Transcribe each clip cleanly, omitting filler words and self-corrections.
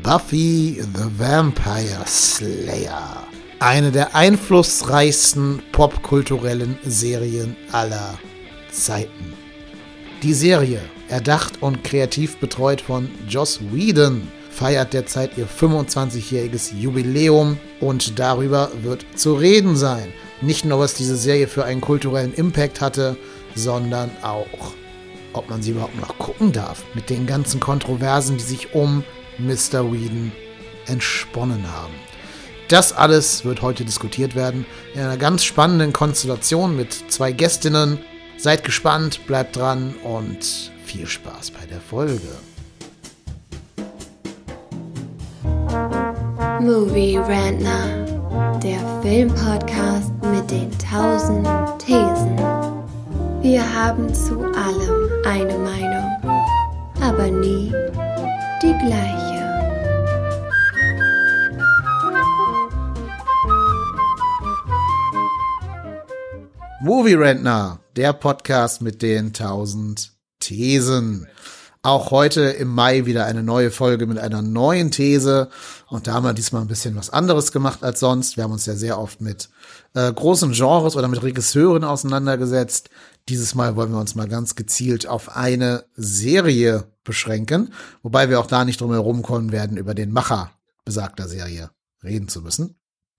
Buffy the Vampire Slayer. Eine der einflussreichsten popkulturellen Serien aller Zeiten. Die Serie, erdacht und kreativ betreut von Joss Whedon, feiert derzeit ihr 25-jähriges Jubiläum und darüber wird zu reden sein. Nicht nur, was diese Serie für einen kulturellen Impact hatte, sondern auch, ob man sie überhaupt noch gucken darf, mit den ganzen Kontroversen, die sich um Mr. Whedon entsponnen haben. Das alles wird heute diskutiert werden, in einer ganz spannenden Konstellation mit 2 Gästinnen. Seid gespannt, bleibt dran und viel Spaß bei der Folge. Movie Rantner, der Filmpodcast mit den 1000 Thesen. Wir haben zu allem eine Meinung, aber nie die gleiche. Movie Rantner, der Podcast mit den 1000 Thesen. Auch heute im Mai wieder eine neue Folge mit einer neuen These. Und da haben wir diesmal ein bisschen was anderes gemacht als sonst. Wir haben uns ja sehr oft mit großen Genres oder mit Regisseuren auseinandergesetzt. Dieses Mal wollen wir uns mal ganz gezielt auf eine Serie beschränken. Wobei wir auch da nicht drum herum kommen werden, über den Macher besagter Serie reden zu müssen.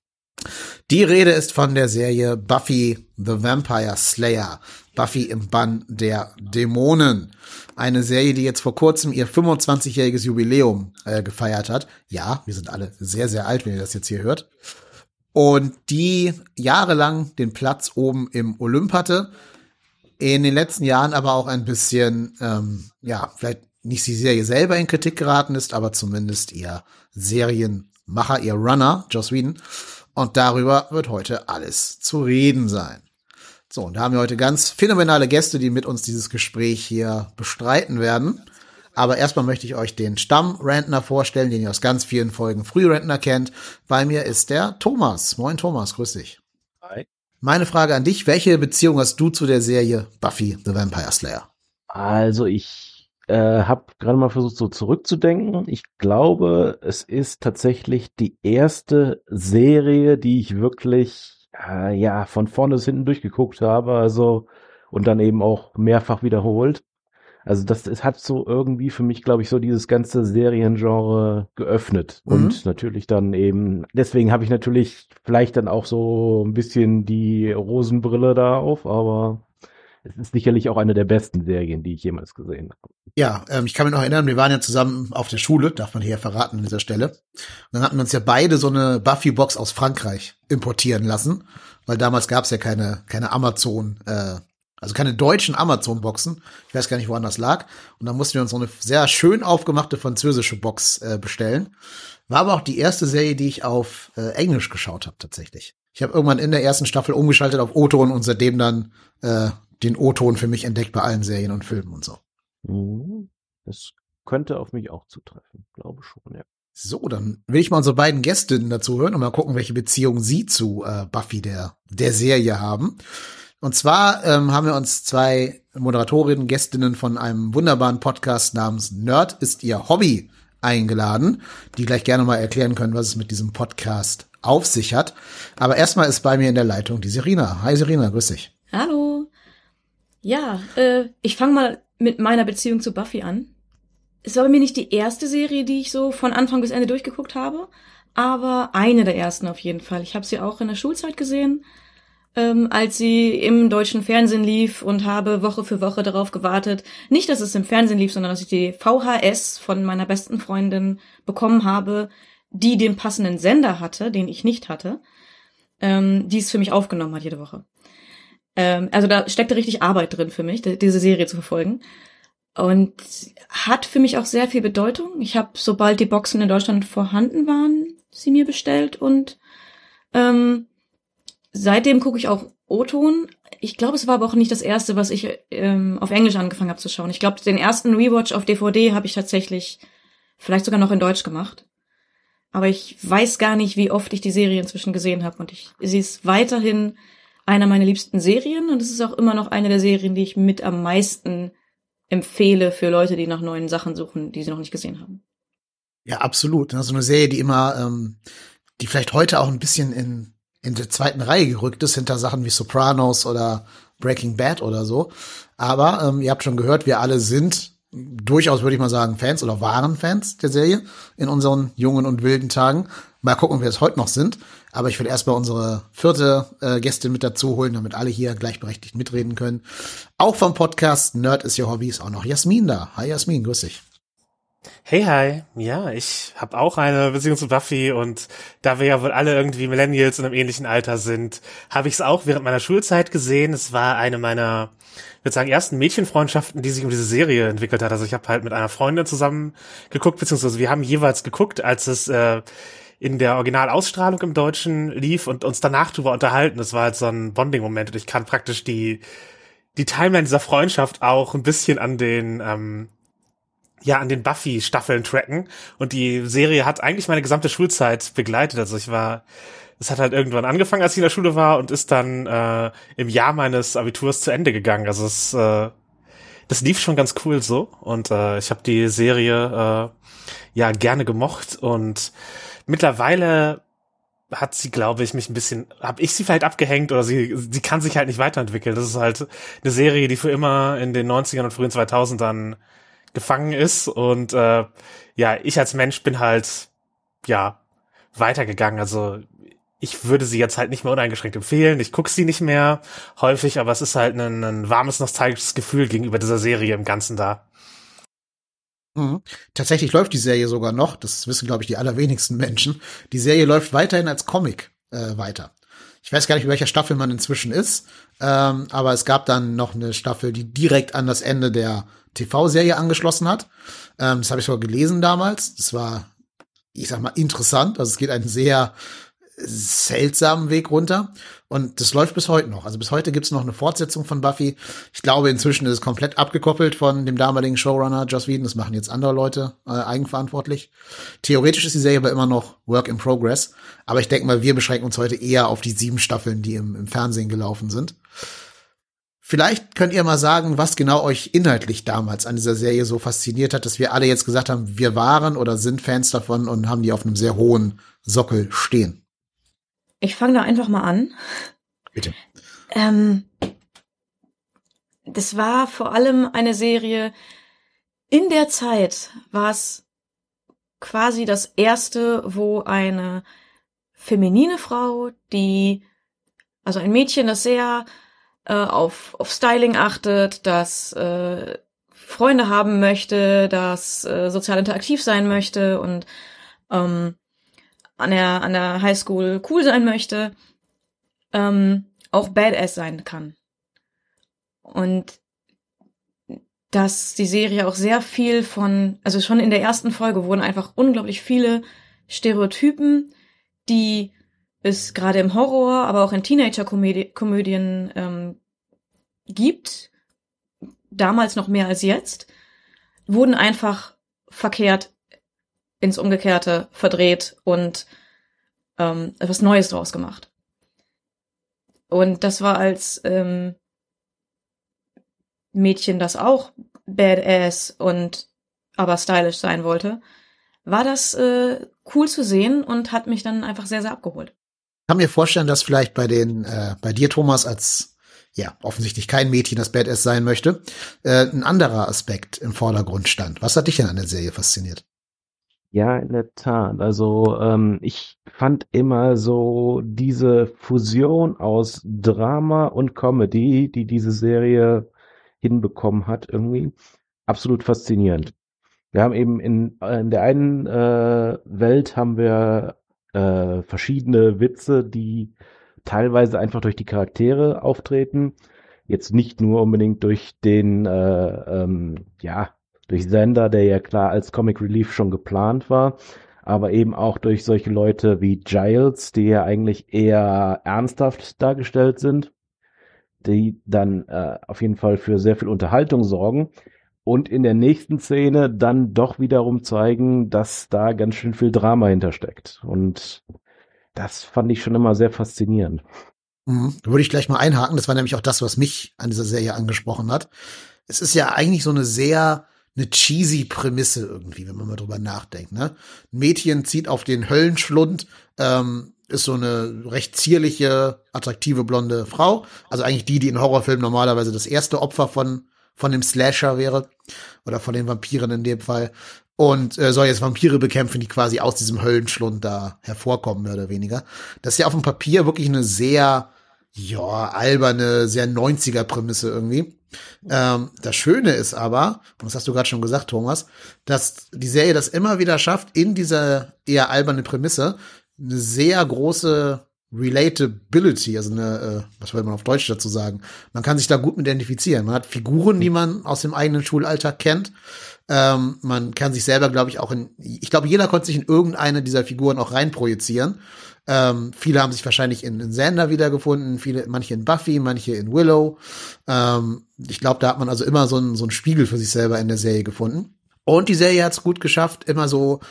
Die Rede ist von der Serie Buffy the Vampire Slayer. Buffy im Bann der Dämonen. Eine Serie, die jetzt vor kurzem ihr 25-jähriges Jubiläum gefeiert hat. Ja, wir sind alle sehr, sehr alt, wenn ihr das jetzt hier hört. Und die jahrelang den Platz oben im Olymp hatte. In den letzten Jahren aber auch ein bisschen, vielleicht nicht die Serie selber in Kritik geraten ist, aber zumindest ihr Serienmacher, ihr Runner, Joss Whedon. Und darüber wird heute alles zu reden sein. So, und da haben wir heute ganz phänomenale Gäste, die mit uns dieses Gespräch hier bestreiten werden. Aber erstmal möchte ich euch den Stamm-Rantner vorstellen, den ihr aus ganz vielen Folgen Früh-Rantner kennt. Bei mir ist der Thomas. Moin Thomas, grüß dich. Hi. Meine Frage an dich, welche Beziehung hast du zu der Serie Buffy the Vampire Slayer? Also ich habe gerade mal versucht, so zurückzudenken. Ich glaube, es ist tatsächlich die erste Serie, die ich wirklich von vorne bis hinten durchgeguckt habe, also und dann eben auch mehrfach wiederholt. Also es hat so irgendwie für mich, glaube ich, so dieses ganze Seriengenre geöffnet. Und natürlich dann eben, deswegen habe ich natürlich vielleicht dann auch so ein bisschen die Rosenbrille da auf, aber es ist sicherlich auch eine der besten Serien, die ich jemals gesehen habe. Ja, ich kann mich noch erinnern, wir waren ja zusammen auf der Schule, darf man hier verraten an dieser Stelle. Und dann hatten wir uns ja beide so eine Buffy-Box aus Frankreich importieren lassen, weil damals gab es ja keine Amazon, also keine deutschen Amazon-Boxen. Ich weiß gar nicht, woran das lag. Und dann mussten wir uns so eine sehr schön aufgemachte französische Box bestellen. War aber auch die erste Serie, die ich auf Englisch geschaut habe tatsächlich. Ich habe irgendwann in der ersten Staffel umgeschaltet auf O-Ton und seitdem dann den O-Ton für mich entdeckt bei allen Serien und Filmen und so. Das könnte auf mich auch zutreffen, glaube schon, ja. So, dann will ich mal unsere beiden Gästinnen dazu hören und mal gucken, welche Beziehung sie zu Buffy, der Serie, haben. Und zwar haben wir uns 2 Moderatorinnen, Gästinnen von einem wunderbaren Podcast namens Nerd ist ihr Hobby eingeladen, die gleich gerne mal erklären können, was es mit diesem Podcast auf sich hat. Aber erstmal ist bei mir in der Leitung die Serena. Hi Serena, grüß dich. Hallo. Ja, ich fange mal mit meiner Beziehung zu Buffy an. Es war bei mir nicht die erste Serie, die ich so von Anfang bis Ende durchgeguckt habe, aber eine der ersten auf jeden Fall. Ich habe sie auch in der Schulzeit gesehen, als sie im deutschen Fernsehen lief und habe Woche für Woche darauf gewartet. Nicht, dass es im Fernsehen lief, sondern dass ich die VHS von meiner besten Freundin bekommen habe, die den passenden Sender hatte, den ich nicht hatte, die es für mich aufgenommen hat jede Woche. Also da steckte richtig Arbeit drin für mich, diese Serie zu verfolgen. Und hat für mich auch sehr viel Bedeutung. Ich habe, sobald die Boxen in Deutschland vorhanden waren, sie mir bestellt. Und seitdem gucke ich auch O-Ton. Ich glaube, es war aber auch nicht das erste, was ich auf Englisch angefangen habe zu schauen. Ich glaube, den ersten Rewatch auf DVD habe ich tatsächlich vielleicht sogar noch in Deutsch gemacht. Aber ich weiß gar nicht, wie oft ich die Serie inzwischen gesehen habe. Und sie ist weiterhin einer meiner liebsten Serien. Und es ist auch immer noch eine der Serien, die ich mit am meisten empfehle für Leute, die nach neuen Sachen suchen, die sie noch nicht gesehen haben. Ja, absolut. So eine Serie, die immer, die vielleicht heute auch ein bisschen in der zweiten Reihe gerückt ist, hinter Sachen wie Sopranos oder Breaking Bad oder so. Aber ihr habt schon gehört, wir alle sind durchaus, würde ich mal sagen, Fans oder waren Fans der Serie in unseren jungen und wilden Tagen. Mal gucken, ob wir es heute noch sind. Aber ich will erstmal unsere vierte Gästin mit dazu holen, damit alle hier gleichberechtigt mitreden können. Auch vom Podcast Nerd is Your Hobby ist auch noch Jasmin da. Hi Jasmin, grüß dich. Hey, hi. Ja, ich habe auch eine Beziehung zu Buffy und da wir ja wohl alle irgendwie Millennials in einem ähnlichen Alter sind, habe ich es auch während meiner Schulzeit gesehen. Es war eine meiner, ich würde sagen, ersten Mädchenfreundschaften, die sich um diese Serie entwickelt hat. Also ich habe halt mit einer Freundin zusammen geguckt, beziehungsweise wir haben jeweils geguckt, als es in der Originalausstrahlung im Deutschen lief und uns danach drüber unterhalten. Das war halt so ein Bonding-Moment und ich kann praktisch die Timeline dieser Freundschaft auch ein bisschen an den Buffy-Staffeln tracken. Und die Serie hat eigentlich meine gesamte Schulzeit begleitet. Also es hat halt irgendwann angefangen, als ich in der Schule war und ist dann im Jahr meines Abiturs zu Ende gegangen. Also das lief schon ganz cool so. Und ich habe die Serie gerne gemocht. Und mittlerweile hat sie, glaube ich, habe ich sie vielleicht abgehängt oder sie kann sich halt nicht weiterentwickeln. Das ist halt eine Serie, die für immer in den 90ern und frühen 2000ern gefangen ist und ich als Mensch bin halt weitergegangen. Also ich würde sie jetzt halt nicht mehr uneingeschränkt empfehlen. Ich gucke sie nicht mehr häufig, aber es ist halt ein warmes, nostalgisches Gefühl gegenüber dieser Serie im Ganzen da. Mhm. Tatsächlich läuft die Serie sogar noch. Das wissen, glaube ich, die allerwenigsten Menschen. Die Serie läuft weiterhin als Comic weiter. Ich weiß gar nicht, in welcher Staffel man inzwischen ist, aber es gab dann noch eine Staffel, die direkt an das Ende der TV-Serie angeschlossen hat. Das habe ich sogar gelesen damals. Das war, ich sag mal, interessant. Also es geht einen sehr seltsamen Weg runter. Und das läuft bis heute noch. Also bis heute gibt's noch eine Fortsetzung von Buffy. Ich glaube, inzwischen ist es komplett abgekoppelt von dem damaligen Showrunner Joss Whedon. Das machen jetzt andere Leute eigenverantwortlich. Theoretisch ist die Serie aber immer noch Work in Progress. Aber ich denke mal, wir beschränken uns heute eher auf die 7 Staffeln, die im Fernsehen gelaufen sind. Vielleicht könnt ihr mal sagen, was genau euch inhaltlich damals an dieser Serie so fasziniert hat, dass wir alle jetzt gesagt haben, wir waren oder sind Fans davon und haben die auf einem sehr hohen Sockel stehen. Ich fange da einfach mal an. Bitte. Das war vor allem eine Serie, in der Zeit war es quasi das erste, wo eine feminine Frau, also ein Mädchen, das sehr auf Styling achtet, das Freunde haben möchte, das sozial interaktiv sein möchte und an der Highschool cool sein möchte, auch Badass sein kann. Und dass die Serie auch sehr viel also schon in der ersten Folge wurden einfach unglaublich viele Stereotypen, die es gerade im Horror, aber auch in Teenager-Komödien gibt, damals noch mehr als jetzt, wurden einfach verkehrt ins Umgekehrte verdreht und etwas Neues draus gemacht. Und das war als Mädchen, das auch badass und aber stylisch sein wollte, war das cool zu sehen und hat mich dann einfach sehr, sehr abgeholt. Ich kann mir vorstellen, dass vielleicht bei dir, Thomas, als offensichtlich kein Mädchen, das Badass sein möchte, ein anderer Aspekt im Vordergrund stand. Was hat dich denn an der Serie fasziniert? Ja, in der Tat. Also ich fand immer so diese Fusion aus Drama und Comedy, die diese Serie hinbekommen hat, irgendwie absolut faszinierend. Wir haben eben in der einen Welt haben wir verschiedene Witze, die teilweise einfach durch die Charaktere auftreten. Jetzt nicht nur unbedingt durch den durch Xander, der ja klar als Comic Relief schon geplant war, aber eben auch durch solche Leute wie Giles, die ja eigentlich eher ernsthaft dargestellt sind, die dann auf jeden Fall für sehr viel Unterhaltung sorgen und in der nächsten Szene dann doch wiederum zeigen, dass da ganz schön viel Drama hintersteckt. Und das fand ich schon immer sehr faszinierend. Da würde ich gleich mal einhaken. Das war nämlich auch das, was mich an dieser Serie angesprochen hat. Es ist ja eigentlich so eine eine cheesy Prämisse irgendwie, wenn man mal drüber nachdenkt, ne? Ein Mädchen zieht auf den Höllenschlund, ist so eine recht zierliche, attraktive blonde Frau. Also eigentlich die in Horrorfilmen normalerweise das erste Opfer von dem Slasher wäre. Oder von den Vampiren in dem Fall. Und soll jetzt Vampire bekämpfen, die quasi aus diesem Höllenschlund da hervorkommen, mehr oder weniger. Das ist ja auf dem Papier wirklich eine sehr, alberne, sehr 90er-Prämisse irgendwie. Das Schöne ist aber, und das hast du gerade schon gesagt, Thomas, dass die Serie das immer wieder schafft, in dieser eher alberne Prämisse eine sehr große Relatability, also eine, was will man auf Deutsch dazu sagen? Man kann sich da gut mit identifizieren. Man hat Figuren, die man aus dem eigenen Schulalltag kennt. Man kann sich selber, glaube ich, auch ich glaube, jeder konnte sich in irgendeine dieser Figuren auch reinprojizieren. Viele haben sich wahrscheinlich in Xander wiedergefunden, manche in Buffy, manche in Willow. Ich glaube, da hat man also immer so einen Spiegel für sich selber in der Serie gefunden. Und die Serie hat es gut geschafft, immer so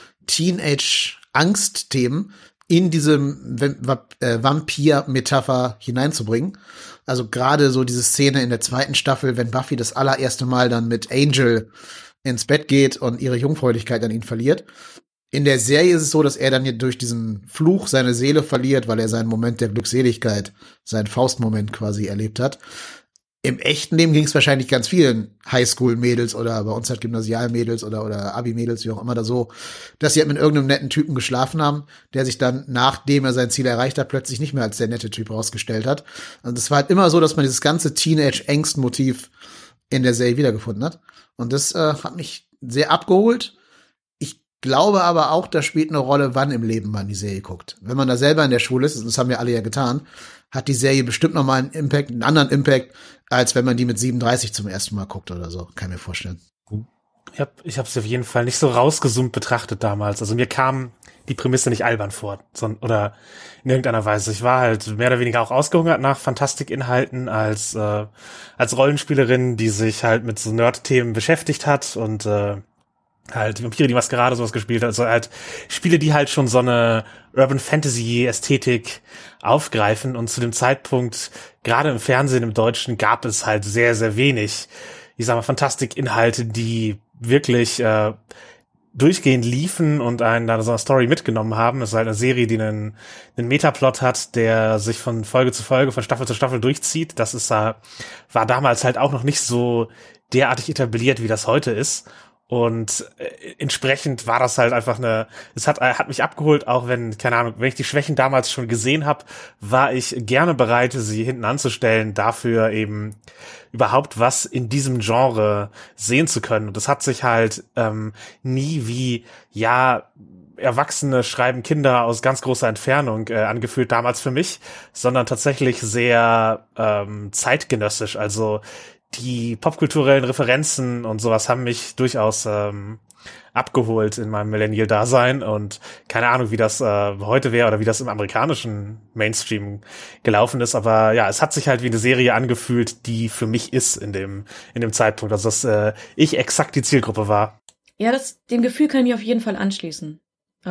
Teenage-Angst-Themen in diesem Vampir-Metapher hineinzubringen. Also gerade so diese Szene in der 2. Staffel, wenn Buffy das allererste Mal dann mit Angel ins Bett geht und ihre Jungfräulichkeit an ihn verliert. In der Serie ist es so, dass er dann durch diesen Fluch seine Seele verliert, weil er seinen Moment der Glückseligkeit, seinen Faustmoment quasi erlebt hat. Im echten Leben ging es wahrscheinlich ganz vielen Highschool-Mädels oder bei uns halt Gymnasialmädels oder Abi-Mädels, wie auch immer da so, dass sie halt mit irgendeinem netten Typen geschlafen haben, der sich dann, nachdem er sein Ziel erreicht hat, plötzlich nicht mehr als der nette Typ rausgestellt hat. Und es war halt immer so, dass man dieses ganze Teenage-Angst-Motiv in der Serie wiedergefunden hat. Und das hat mich sehr abgeholt. Ich glaube aber auch, da spielt eine Rolle, wann im Leben man die Serie guckt. Wenn man da selber in der Schule ist, und das haben wir alle ja getan, hat die Serie bestimmt noch mal einen anderen Impact, als wenn man die mit 37 zum ersten Mal guckt oder so. Kann ich mir vorstellen. Ich habe sie auf jeden Fall nicht so rausgezoomt betrachtet damals. Also mir kam die Prämisse nicht albern vor, oder in irgendeiner Weise. Ich war halt mehr oder weniger auch ausgehungert nach Fantastikinhalten als Rollenspielerin, die sich halt mit so Nerd-Themen beschäftigt hat und halt Vampire die Maskerade sowas gespielt hat. Also halt Spiele, die halt schon so eine Urban Fantasy Ästhetik aufgreifen, und zu dem Zeitpunkt, gerade im Fernsehen im Deutschen, gab es halt sehr, sehr wenig, ich sag mal, Fantastikinhalte, die wirklich durchgehend liefen und einen da so eine Story mitgenommen haben. Es ist halt eine Serie, die einen Metaplot hat, der sich von Folge zu Folge, von Staffel zu Staffel durchzieht. Das ist war damals halt auch noch nicht so derartig etabliert, wie das heute ist. Und entsprechend war das halt einfach es hat mich abgeholt, auch wenn, keine Ahnung, wenn ich die Schwächen damals schon gesehen habe, war ich gerne bereit, sie hinten anzustellen, dafür eben überhaupt was in diesem Genre sehen zu können. Und das hat sich halt nie wie, Erwachsene schreiben Kinder aus ganz großer Entfernung angefühlt damals für mich, sondern tatsächlich sehr zeitgenössisch. Also die popkulturellen Referenzen und sowas haben mich durchaus abgeholt in meinem Millennial-Dasein, und keine Ahnung, wie das heute wäre oder wie das im amerikanischen Mainstream gelaufen ist, aber ja, es hat sich halt wie eine Serie angefühlt, die für mich ist in dem Zeitpunkt, also dass ich exakt die Zielgruppe war. Ja, dem Gefühl kann ich mich auf jeden Fall anschließen.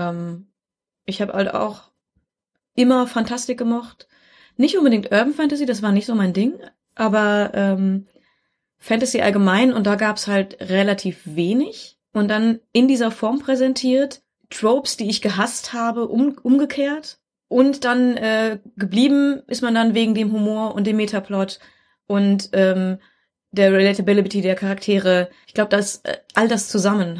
Ich habe halt auch immer Fantastik gemocht. Nicht unbedingt Urban Fantasy, das war nicht so mein Ding, aber Fantasy allgemein, und da gab's halt relativ wenig. Und dann in dieser Form präsentiert, Tropes, die ich gehasst habe, umgekehrt. Und dann geblieben ist man dann wegen dem Humor und dem Metaplot und der Relatability der Charaktere. Ich glaube, dass all das zusammen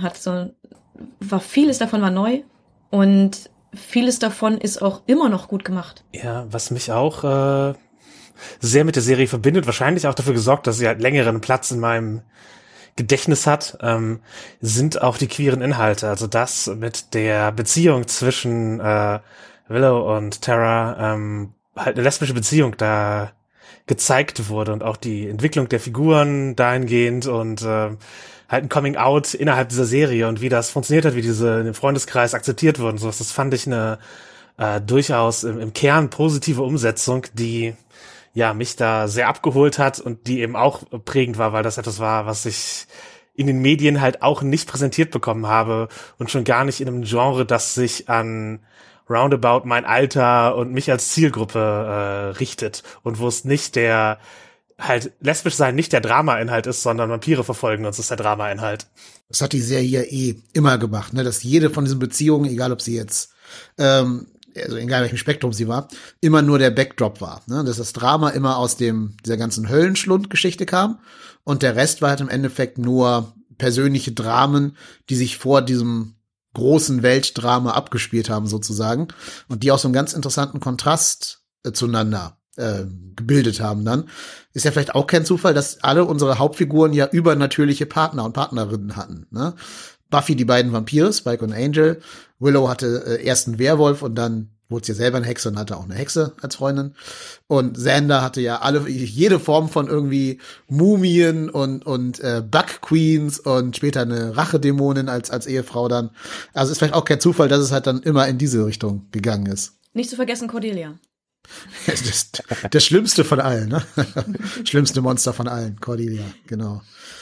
vieles davon war neu, und vieles davon ist auch immer noch gut gemacht. Ja, was mich auch sehr mit der Serie verbindet, wahrscheinlich auch dafür gesorgt, dass sie halt längeren Platz in meinem Gedächtnis hat, sind auch die queeren Inhalte. Also das mit der Beziehung zwischen Willow und Tara, halt eine lesbische Beziehung da gezeigt wurde, und auch die Entwicklung der Figuren dahingehend und halt ein Coming-out innerhalb dieser Serie und wie das funktioniert hat, wie diese im Freundeskreis akzeptiert wurden. Sowas, das fand ich eine durchaus im Kern positive Umsetzung, die mich da sehr abgeholt hat und die eben auch prägend war, weil das etwas war, was ich in den Medien halt auch nicht präsentiert bekommen habe und schon gar nicht in einem Genre, das sich an roundabout mein Alter und mich als Zielgruppe richtet, und wo es nicht der halt lesbisch sein nicht der Drama-Inhalt ist, sondern Vampire verfolgen uns ist der Drama-Inhalt. Das hat die Serie immer gemacht, ne, dass jede von diesen Beziehungen, egal ob sie jetzt, also egal welchem Spektrum sie war, immer nur der Backdrop war, ne, dass das Drama immer aus dieser ganzen Höllenschlund-Geschichte kam und der Rest war halt im Endeffekt nur persönliche Dramen, die sich vor diesem großen Weltdrama abgespielt haben sozusagen und die auch so einen ganz interessanten Kontrast zueinander gebildet haben dann. Ist ja vielleicht auch kein Zufall, dass alle unsere Hauptfiguren ja übernatürliche Partner und Partnerinnen hatten. Ne? Buffy die beiden Vampire, Spike und Angel. Willow hatte erst einen Werwolf und dann wurde sie selber eine Hexe und hatte auch eine Hexe als Freundin. Und Xander hatte ja jede Form von irgendwie Mumien und Bug Queens und später eine Rachedämonin als Ehefrau dann. Also ist vielleicht auch kein Zufall, dass es halt dann immer in diese Richtung gegangen ist. Nicht zu vergessen Cordelia. Das Schlimmste von allen, ne? Schlimmste Monster von allen, Cordelia, genau.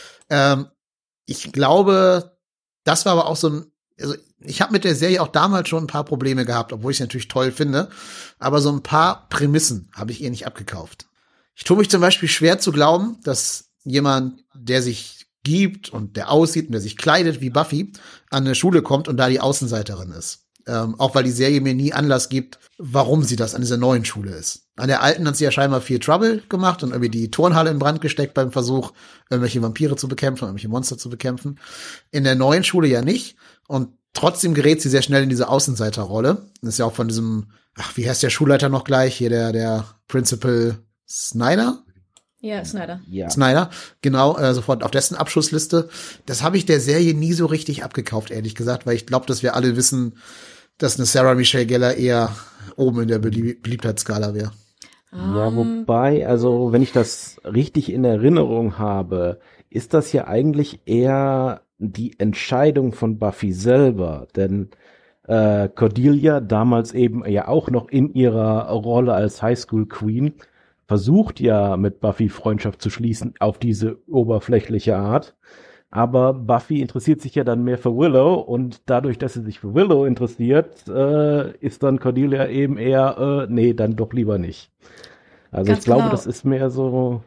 Ich glaube, das war aber auch also ich habe mit der Serie auch damals schon ein paar Probleme gehabt, obwohl ich es natürlich toll finde, aber so ein paar Prämissen habe ich ihr nicht abgekauft. Ich tue mich zum Beispiel schwer zu glauben, dass jemand, der sich gibt und der aussieht und der sich kleidet wie Buffy, an eine Schule kommt und da die Außenseiterin ist. Auch weil die Serie mir nie Anlass gibt, warum sie das an dieser neuen Schule ist. An der alten hat sie ja scheinbar viel Trouble gemacht und irgendwie die Turnhalle in Brand gesteckt beim Versuch, irgendwelche Vampire zu bekämpfen, irgendwelche Monster zu bekämpfen. In der neuen Schule ja nicht. Und trotzdem gerät sie sehr schnell in diese Außenseiterrolle. Das ist ja auch von diesem, wie heißt der Schulleiter noch gleich? Hier der Principal Snyder? Ja, Snyder. Ja. Snyder, genau, sofort auf dessen Abschussliste. Das habe ich der Serie nie so richtig abgekauft, ehrlich gesagt, weil ich glaube, dass wir alle wissen, dass eine Sarah Michelle Gellar eher oben in der Beliebtheitsskala wäre. Ja, wobei, also wenn ich das richtig in Erinnerung habe, ist das ja eigentlich eher die Entscheidung von Buffy selber, denn Cordelia, damals eben ja auch noch in ihrer Rolle als Highschool Queen, versucht ja mit Buffy Freundschaft zu schließen auf diese oberflächliche Art. Aber Buffy interessiert sich ja dann mehr für Willow und dadurch, dass sie sich für Willow interessiert, ist dann Cordelia eben eher, nee, dann doch lieber nicht. Also Ganz ich glaube, genau. das ist mehr so,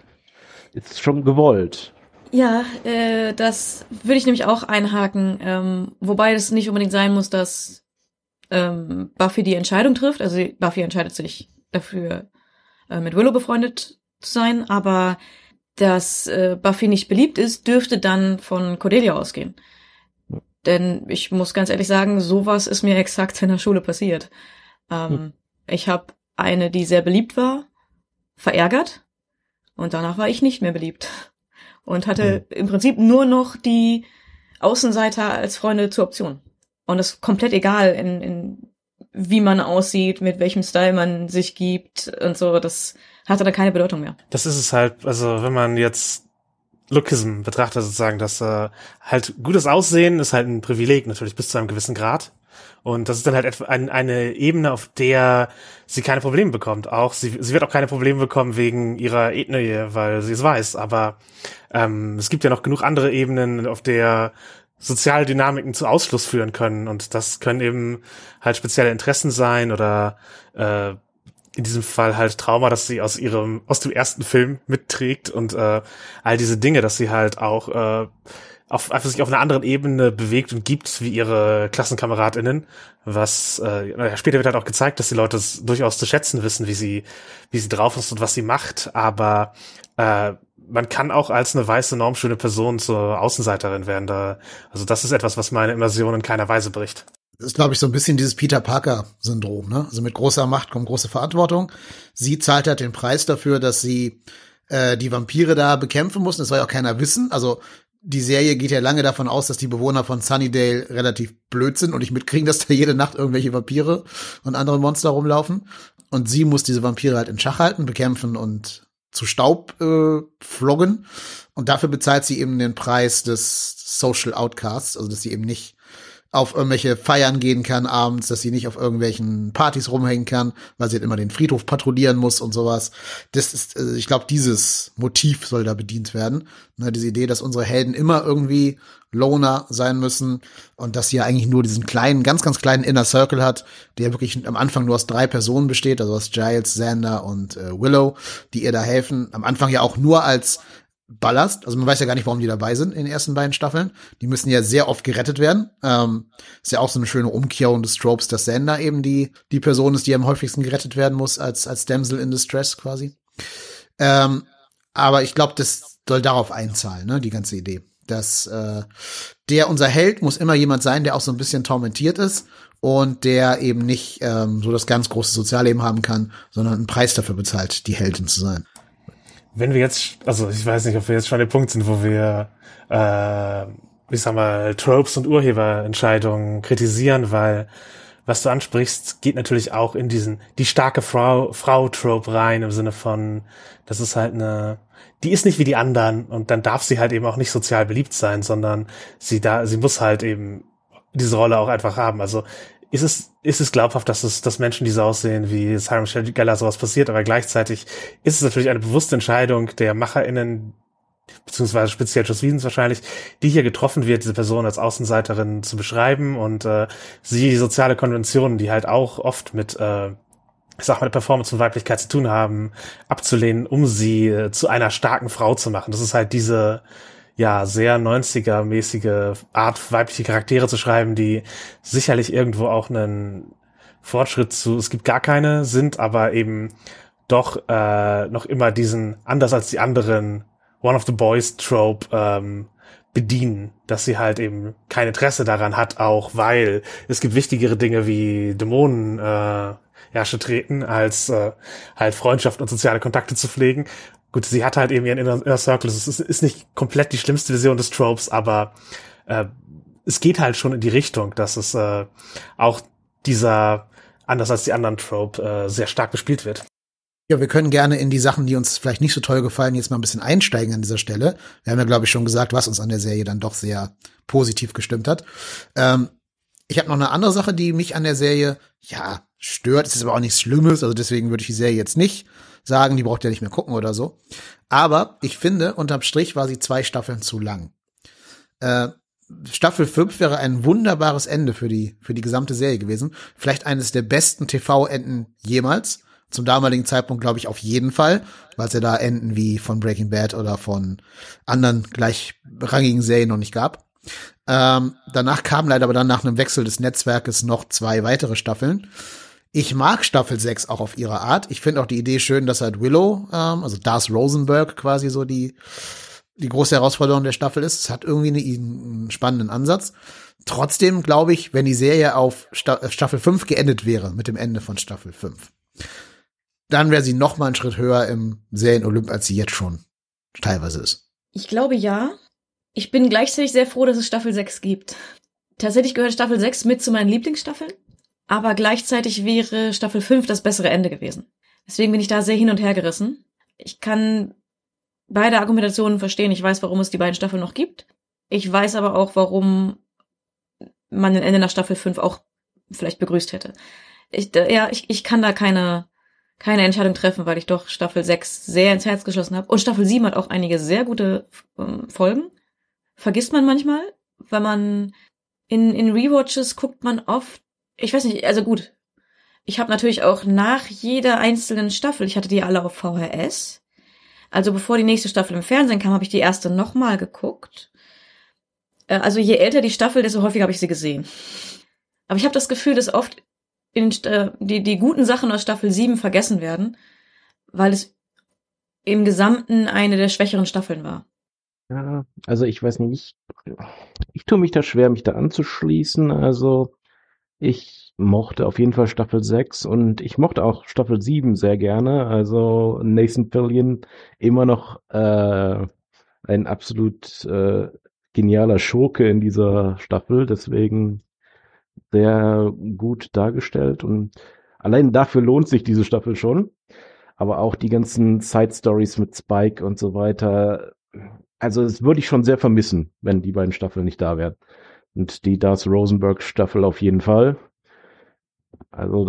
ist schon gewollt. Ja, das würde ich nämlich auch einhaken, wobei es nicht unbedingt sein muss, dass Buffy die Entscheidung trifft. Also Buffy entscheidet sich dafür, mit Willow befreundet zu sein, aber dass Buffy nicht beliebt ist, dürfte dann von Cordelia ausgehen. Denn ich muss ganz ehrlich sagen, sowas ist mir exakt in der Schule passiert. Ich habe eine, die sehr beliebt war, verärgert und danach war ich nicht mehr beliebt und hatte im Prinzip nur noch die Außenseiter als Freunde zur Option. Und es ist komplett egal, in wie man aussieht, mit welchem Style man sich gibt und so, das hatte dann keine Bedeutung mehr. Das ist es halt, also wenn man jetzt Lookism betrachtet sozusagen, dass halt gutes Aussehen ist halt ein Privileg natürlich bis zu einem gewissen Grad. Und das ist dann halt eine Ebene, auf der sie keine Probleme bekommt. Auch sie wird auch keine Probleme bekommen wegen ihrer Ethnie, weil sie es weiß. Aber es gibt ja noch genug andere Ebenen, auf der soziale Dynamiken zu Ausschluss führen können. Und das können eben halt spezielle Interessen sein oder in diesem Fall halt Trauma, das sie aus dem ersten Film mitträgt und all diese Dinge, dass sie halt auch einfach sich auf einer anderen Ebene bewegt und gibt wie ihre KlassenkameradInnen, was später wird halt auch gezeigt, dass die Leute es durchaus zu schätzen wissen, wie sie drauf ist und was sie macht, aber man kann auch als eine weiße, normschöne Person zur Außenseiterin werden. Also das ist etwas, was meine Immersion in keiner Weise bricht. Das ist, glaube ich, so ein bisschen dieses Peter Parker-Syndrom, ne? Also mit großer Macht kommt große Verantwortung. Sie zahlt halt den Preis dafür, dass sie die Vampire da bekämpfen muss. Das soll ja auch keiner wissen. Also die Serie geht ja lange davon aus, dass die Bewohner von Sunnydale relativ blöd sind und nicht mitkriegen, dass da jede Nacht irgendwelche Vampire und andere Monster rumlaufen. Und sie muss diese Vampire halt in Schach halten, bekämpfen und zu Staub floggen. Und dafür bezahlt sie eben den Preis des Social Outcasts, also dass sie eben nicht auf irgendwelche Feiern gehen kann abends, dass sie nicht auf irgendwelchen Partys rumhängen kann, weil sie halt immer den Friedhof patrouillieren muss und sowas. Das ist, also ich glaube, dieses Motiv soll da bedient werden. Ne, diese Idee, dass unsere Helden immer irgendwie Loner sein müssen und dass sie ja eigentlich nur diesen kleinen, ganz, ganz kleinen Inner Circle hat, der wirklich am Anfang nur aus 3 Personen besteht, also aus Giles, Xander und Willow, die ihr da helfen. Am Anfang ja auch nur als Ballast, also man weiß ja gar nicht, warum die dabei sind in den ersten beiden Staffeln. Die müssen ja sehr oft gerettet werden. Ist ja auch so eine schöne Umkehrung des Tropes, dass Xander eben die Person ist, die am häufigsten gerettet werden muss, als Damsel in Distress quasi. Aber ich glaube, das soll darauf einzahlen, ne, die ganze Idee. Dass unser Held muss immer jemand sein, der auch so ein bisschen tormentiert ist und der eben nicht so das ganz große Sozialleben haben kann, sondern einen Preis dafür bezahlt, die Heldin zu sein. Wenn wir jetzt, also ich weiß nicht, ob wir jetzt schon an dem Punkt sind, wo wir, ich sag mal, Tropes und Urheberentscheidungen kritisieren, weil was du ansprichst, geht natürlich auch in die starke Frau-Trope rein, im Sinne von, das ist halt die ist nicht wie die anderen und dann darf sie halt eben auch nicht sozial beliebt sein, sondern sie muss halt eben diese Rolle auch einfach haben. Also ist es glaubhaft, dass Menschen, die so aussehen wie Sarah Michelle Gellar, sowas passiert, aber gleichzeitig ist es natürlich eine bewusste Entscheidung der MacherInnen, beziehungsweise speziell Joss Whedon wahrscheinlich, die hier getroffen wird, diese Person als Außenseiterin zu beschreiben und sie soziale Konventionen, die halt auch oft mit ich sag mal, der Performance von Weiblichkeit zu tun haben, abzulehnen, um sie zu einer starken Frau zu machen. Das ist halt diese sehr 90er-mäßige Art, weibliche Charaktere zu schreiben, die sicherlich irgendwo auch einen Fortschritt es gibt gar keine, sind aber eben doch noch immer diesen anders als die anderen One of the Boys Trope bedienen, dass sie halt eben kein Interesse daran hat, auch weil es gibt wichtigere Dinge wie Dämonen Herrsche treten, als halt Freundschaft und soziale Kontakte zu pflegen. Gut, sie hat halt eben ihren Inner Circle. Es ist nicht komplett die schlimmste Version des Tropes, aber es geht halt schon in die Richtung, dass es auch dieser, anders als die anderen Trope, sehr stark bespielt wird. Ja, wir können gerne in die Sachen, die uns vielleicht nicht so toll gefallen, jetzt mal ein bisschen einsteigen an dieser Stelle. Wir haben ja, glaube ich, schon gesagt, was uns an der Serie dann doch sehr positiv gestimmt hat. Ich habe noch eine andere Sache, die mich an der Serie, stört. Es ist aber auch nichts Schlimmes, also deswegen würde ich die Serie jetzt nicht sagen, die braucht ihr nicht mehr gucken oder so. Aber ich finde, unterm Strich war sie 2 Staffeln zu lang. Staffel 5 wäre ein wunderbares Ende für die gesamte Serie gewesen. Vielleicht eines der besten TV-Enden jemals. Zum damaligen Zeitpunkt glaube ich auf jeden Fall, weil es ja da Enden wie von Breaking Bad oder von anderen gleichrangigen Serien noch nicht gab. Danach kam leider aber dann nach einem Wechsel des Netzwerkes noch 2 weitere Staffeln. Ich mag Staffel 6 auch auf ihre Art. Ich finde auch die Idee schön, dass halt Willow, also Darth Rosenberg quasi so die große Herausforderung der Staffel ist. Es hat irgendwie einen spannenden Ansatz. Trotzdem glaube ich, wenn die Serie auf Staffel 5 geendet wäre, mit dem Ende von Staffel 5, dann wäre sie noch mal einen Schritt höher im Serien-Olymp, als sie jetzt schon teilweise ist. Ich glaube, ja. Ich bin gleichzeitig sehr froh, dass es Staffel 6 gibt. Tatsächlich gehört Staffel 6 mit zu meinen Lieblingsstaffeln, aber gleichzeitig wäre Staffel 5 das bessere Ende gewesen. Deswegen bin ich da sehr hin und her gerissen. Ich kann beide Argumentationen verstehen. Ich weiß, warum es die beiden Staffeln noch gibt. Ich weiß aber auch, warum man ein Ende nach Staffel 5 auch vielleicht begrüßt hätte. Ich kann da keine Entscheidung treffen, weil ich doch Staffel 6 sehr ins Herz geschlossen habe. Und Staffel 7 hat auch einige sehr gute Folgen. Vergisst man manchmal, weil man in Rewatches guckt man oft, ich weiß nicht, also gut, ich habe natürlich auch nach jeder einzelnen Staffel, ich hatte die alle auf VHS, also bevor die nächste Staffel im Fernsehen kam, habe ich die erste nochmal geguckt. Also je älter die Staffel, desto häufiger habe ich sie gesehen. Aber ich habe das Gefühl, dass oft die guten Sachen aus Staffel 7 vergessen werden, weil es im Gesamten eine der schwächeren Staffeln war. Ja, also ich weiß nicht, ich tue mich da schwer, mich da anzuschließen. Also ich mochte auf jeden Fall Staffel 6 und ich mochte auch Staffel 7 sehr gerne. Also Nathan Fillion immer noch ein absolut genialer Schurke in dieser Staffel, deswegen sehr gut dargestellt und allein dafür lohnt sich diese Staffel schon. Aber auch die ganzen Side-Stories mit Spike und so weiter, also das würde ich schon sehr vermissen, wenn die beiden Staffeln nicht da wären. Und die Darth Rosenberg-Staffel auf jeden Fall. Also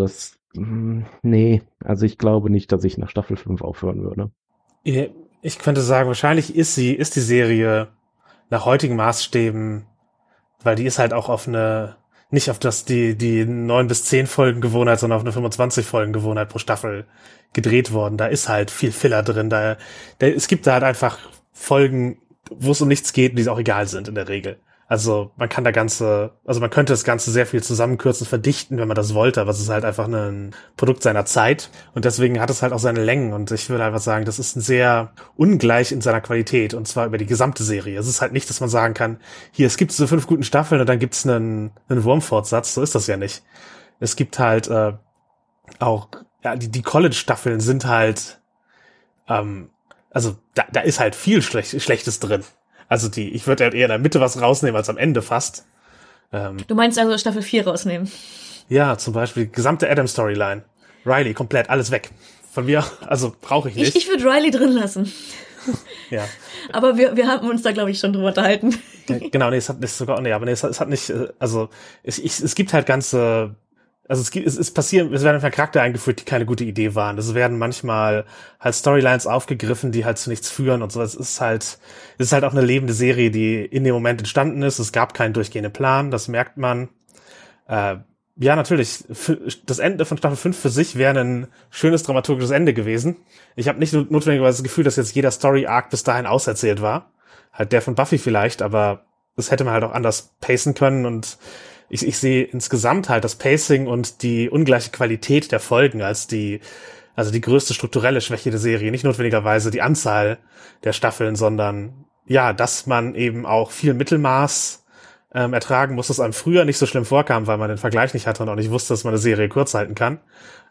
nee, also ich glaube nicht, dass ich nach Staffel 5 aufhören würde. Ich könnte sagen, wahrscheinlich ist die Serie nach heutigen Maßstäben, weil die ist halt auch nicht auf die 9 bis 10 Folgen Gewohnheit, sondern auf eine 25 Folgen Gewohnheit pro Staffel gedreht worden. Da ist halt viel Filler drin. Es gibt da halt einfach Folgen, wo es um nichts geht und die auch egal sind in der Regel. Also man könnte das Ganze sehr viel zusammenkürzen, verdichten, wenn man das wollte, aber es ist halt einfach ein Produkt seiner Zeit und deswegen hat es halt auch seine Längen und ich würde einfach sagen, das ist sehr ungleich in seiner Qualität und zwar über die gesamte Serie. Es ist halt nicht, dass man sagen kann, hier, es gibt diese 5 guten Staffeln und dann gibt's einen Wurmfortsatz, so ist das ja nicht. Es gibt halt auch, ja, die College-Staffeln sind halt, also da ist halt viel Schlechtes drin. Also ich würde halt eher in der Mitte was rausnehmen als am Ende fast. Du meinst also Staffel 4 rausnehmen? Ja, zum Beispiel die gesamte Adam-Storyline. Riley, komplett, alles weg. Von mir, also brauche ich nicht. Ich würde Riley drin lassen. Ja. Aber wir haben uns da, glaube ich, schon drüber unterhalten. Genau, nee, es hat nicht, also es gibt halt ganze, also es werden einfach Charakter eingeführt, die keine gute Idee waren. Es werden manchmal halt Storylines aufgegriffen, die halt zu nichts führen und so. Es ist halt auch eine lebende Serie, die in dem Moment entstanden ist. Es gab keinen durchgehenden Plan, das merkt man. Ja, natürlich, das Ende von Staffel 5 für sich wäre ein schönes dramaturgisches Ende gewesen. Ich habe nicht notwendigerweise das Gefühl, dass jetzt jeder Story-Arc bis dahin auserzählt war. Halt der von Buffy vielleicht, aber das hätte man halt auch anders pacen können und ich sehe insgesamt halt das Pacing und die ungleiche Qualität der Folgen als die größte strukturelle Schwäche der Serie. Nicht notwendigerweise die Anzahl der Staffeln, sondern ja, dass man eben auch viel Mittelmaß ertragen muss, das einem früher nicht so schlimm vorkam, weil man den Vergleich nicht hatte und auch nicht wusste, dass man eine Serie kurz halten kann.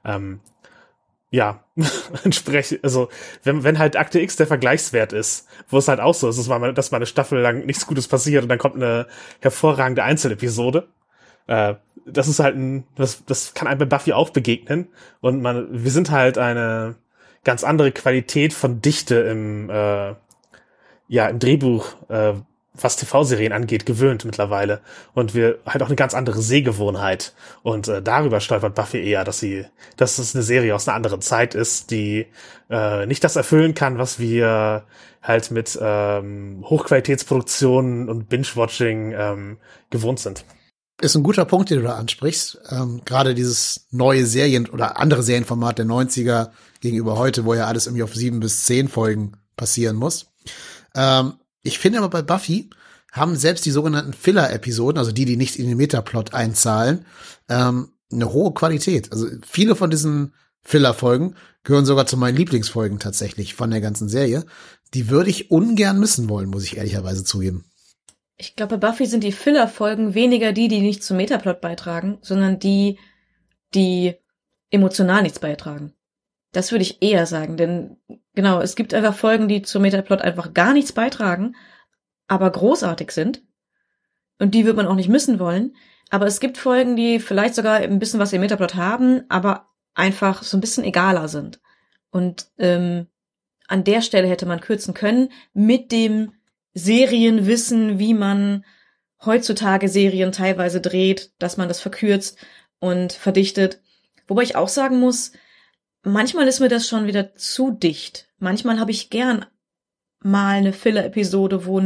Ja, entsprechend, also wenn halt Akte X der Vergleichswert ist, wo es halt auch so ist, dass mal eine Staffel lang nichts Gutes passiert und dann kommt eine hervorragende Einzelepisode. Das ist halt das kann einem bei Buffy auch begegnen und wir sind halt eine ganz andere Qualität von Dichte im Drehbuch, was TV-Serien angeht, gewöhnt mittlerweile und wir halt auch eine ganz andere Sehgewohnheit und darüber stolpert Buffy eher, dass es eine Serie aus einer anderen Zeit ist, die nicht das erfüllen kann, was wir halt mit Hochqualitätsproduktionen und Binge-Watching gewohnt sind. Ist ein guter Punkt, den du da ansprichst. Gerade dieses neue Serien- oder andere Serienformat der 90er gegenüber heute, wo ja alles irgendwie auf 7 bis 10 Folgen passieren muss. Ich finde aber bei Buffy haben selbst die sogenannten Filler-Episoden, also die nicht in den Metaplot einzahlen, eine hohe Qualität. Also viele von diesen Filler-Folgen gehören sogar zu meinen Lieblingsfolgen tatsächlich von der ganzen Serie. Die würde ich ungern missen wollen, muss ich ehrlicherweise zugeben. Ich glaube, bei Buffy sind die Filler-Folgen weniger die nicht zum Metaplot beitragen, sondern die emotional nichts beitragen. Das würde ich eher sagen, denn genau, es gibt einfach Folgen, die zum Metaplot einfach gar nichts beitragen, aber großartig sind. Und die wird man auch nicht missen wollen. Aber es gibt Folgen, die vielleicht sogar ein bisschen was im Metaplot haben, aber einfach so ein bisschen egaler sind. Und an der Stelle hätte man kürzen können mit dem Serienwissen, wie man heutzutage Serien teilweise dreht, dass man das verkürzt und verdichtet. Wobei ich auch sagen muss, manchmal ist mir das schon wieder zu dicht. Manchmal habe ich gern mal eine Filler-Episode, wo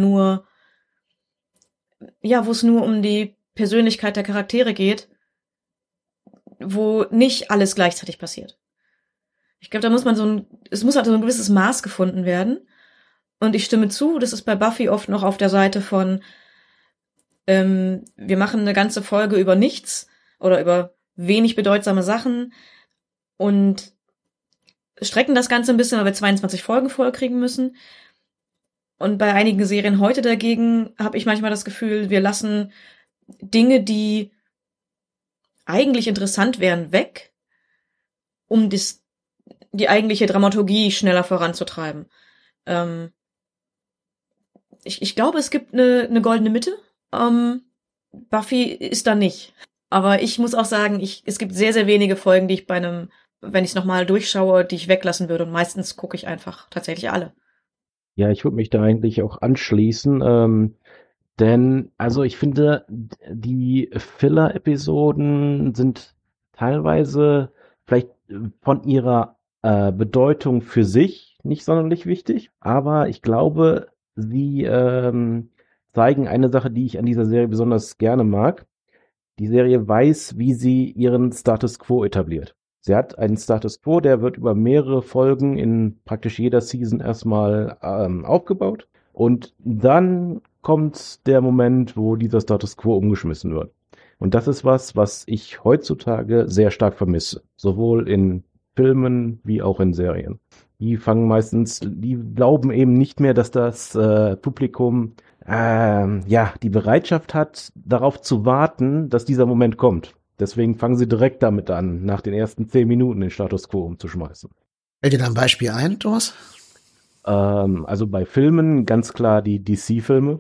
es nur um die Persönlichkeit der Charaktere geht, wo nicht alles gleichzeitig passiert. Ich glaube, es muss halt so ein gewisses Maß gefunden werden. Und ich stimme zu, das ist bei Buffy oft noch auf der Seite von wir machen eine ganze Folge über nichts oder über wenig bedeutsame Sachen und strecken das Ganze ein bisschen, weil wir 22 Folgen vollkriegen müssen. Und bei einigen Serien heute dagegen habe ich manchmal das Gefühl, wir lassen Dinge, die eigentlich interessant wären, weg, um die eigentliche Dramaturgie schneller voranzutreiben. Ich glaube, es gibt eine goldene Mitte. Buffy ist da nicht. Aber ich muss auch sagen, es gibt sehr, sehr wenige Folgen, die ich wenn ich es nochmal durchschaue, die ich weglassen würde. Und meistens gucke ich einfach tatsächlich alle. Ja, ich würde mich da eigentlich auch anschließen. Denn, also ich finde, die Filler-Episoden sind teilweise vielleicht von ihrer Bedeutung für sich nicht sonderlich wichtig, aber ich glaube, sie zeigen eine Sache, die ich an dieser Serie besonders gerne mag. Die Serie weiß, wie sie ihren Status Quo etabliert. Sie hat einen Status Quo, der wird über mehrere Folgen in praktisch jeder Season erstmal aufgebaut. Und dann kommt der Moment, wo dieser Status Quo umgeschmissen wird. Und das ist was ich heutzutage sehr stark vermisse. Sowohl in Filmen wie auch in Serien. Die glauben eben nicht mehr, dass das Publikum die Bereitschaft hat, darauf zu warten, dass dieser Moment kommt. Deswegen fangen sie direkt damit an, nach den ersten 10 Minuten den Status Quo umzuschmeißen. Fällt dir da ein Beispiel ein, Thomas? Also bei Filmen ganz klar die DC-Filme.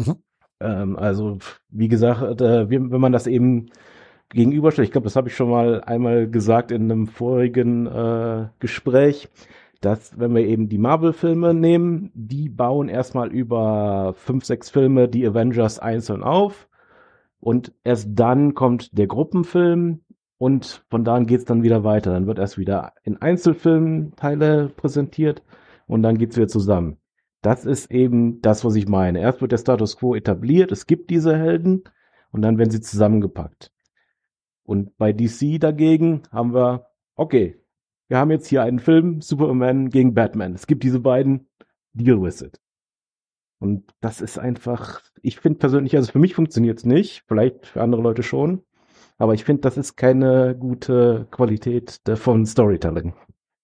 Also wie gesagt, wenn man das eben gegenüberstellt, ich glaube, das habe ich schon mal einmal gesagt in einem vorigen Gespräch, dass wenn wir eben die Marvel-Filme nehmen, die bauen erstmal über 5, 6 Filme die Avengers einzeln auf und erst dann kommt der Gruppenfilm und von da an geht's dann wieder weiter. Dann wird erst wieder in Einzelfilmen Teile präsentiert und dann geht's wieder zusammen. Das ist eben das, was ich meine. Erst wird der Status Quo etabliert, es gibt diese Helden und dann werden sie zusammengepackt. Und bei DC dagegen haben wir, okay, wir haben jetzt hier einen Film, Superman gegen Batman. Es gibt diese beiden, deal with it. Und das ist einfach, ich finde persönlich, also für mich funktioniert es nicht, vielleicht für andere Leute schon, aber ich finde, das ist keine gute Qualität von Storytelling.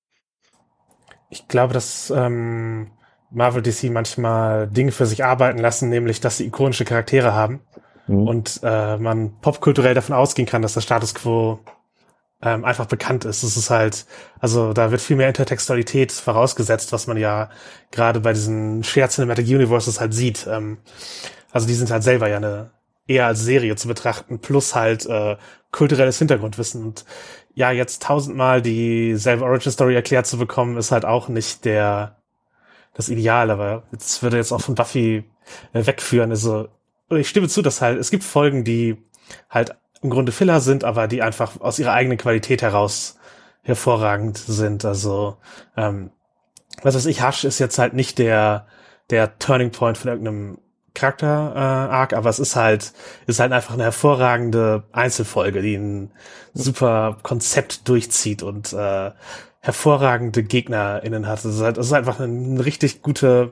Ich glaube, dass Marvel DC manchmal Dinge für sich arbeiten lassen, nämlich, dass sie ikonische Charaktere haben und man popkulturell davon ausgehen kann, dass der Status Quo einfach bekannt ist. Es ist halt, also da wird viel mehr Intertextualität vorausgesetzt, was man ja gerade bei diesen Shared Cinematic Universes halt sieht. Also die sind halt selber ja eher als Serie zu betrachten, plus halt kulturelles Hintergrundwissen. Und ja, jetzt 1000-mal dieselbe Origin-Story erklärt zu bekommen, ist halt auch nicht das Ideal, aber jetzt würde jetzt auch von Buffy wegführen. Also ich stimme zu, dass halt, es gibt Folgen, die halt im Grunde Filler sind, aber die einfach aus ihrer eigenen Qualität heraus hervorragend sind. Also, was weiß ich, Hush ist jetzt halt nicht der Turning Point von irgendeinem Charakter-Arc, aber es ist halt einfach eine hervorragende Einzelfolge, die ein super Konzept durchzieht und hervorragende GegnerInnen hat. Es ist einfach eine richtig gute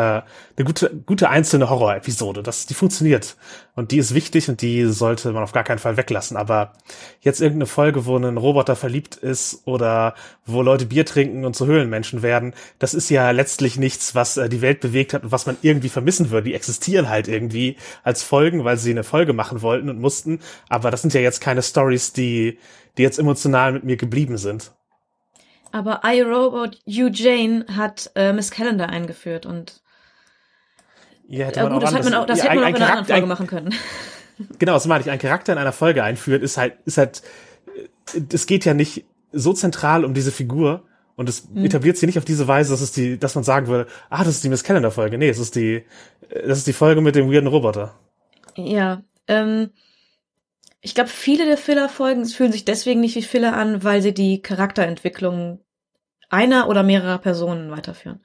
gute einzelne Horror-Episode. Die funktioniert. Und die ist wichtig und die sollte man auf gar keinen Fall weglassen. Aber jetzt irgendeine Folge, wo ein Roboter verliebt ist oder wo Leute Bier trinken und zu Höhlenmenschen werden, das ist ja letztlich nichts, was die Welt bewegt hat und was man irgendwie vermissen würde. Die existieren halt irgendwie als Folgen, weil sie eine Folge machen wollten und mussten. Aber das sind ja jetzt keine Stories, die jetzt emotional mit mir geblieben sind. Aber I, Robot, You, Jane hat Miss Calendar eingeführt und ja, das hätte man auch in einer anderen Folge machen können. Genau, das meine ich. Ein Charakter in einer Folge einführt, ist halt, es geht ja nicht so zentral um diese Figur und es etabliert sich nicht auf diese Weise, dass man sagen würde, das ist die Miss Calendar Folge. Nee, das ist die Folge mit dem weirden Roboter. Ja, ich glaube, viele der Filler-Folgen fühlen sich deswegen nicht wie Filler an, weil sie die Charakterentwicklung einer oder mehrerer Personen weiterführen.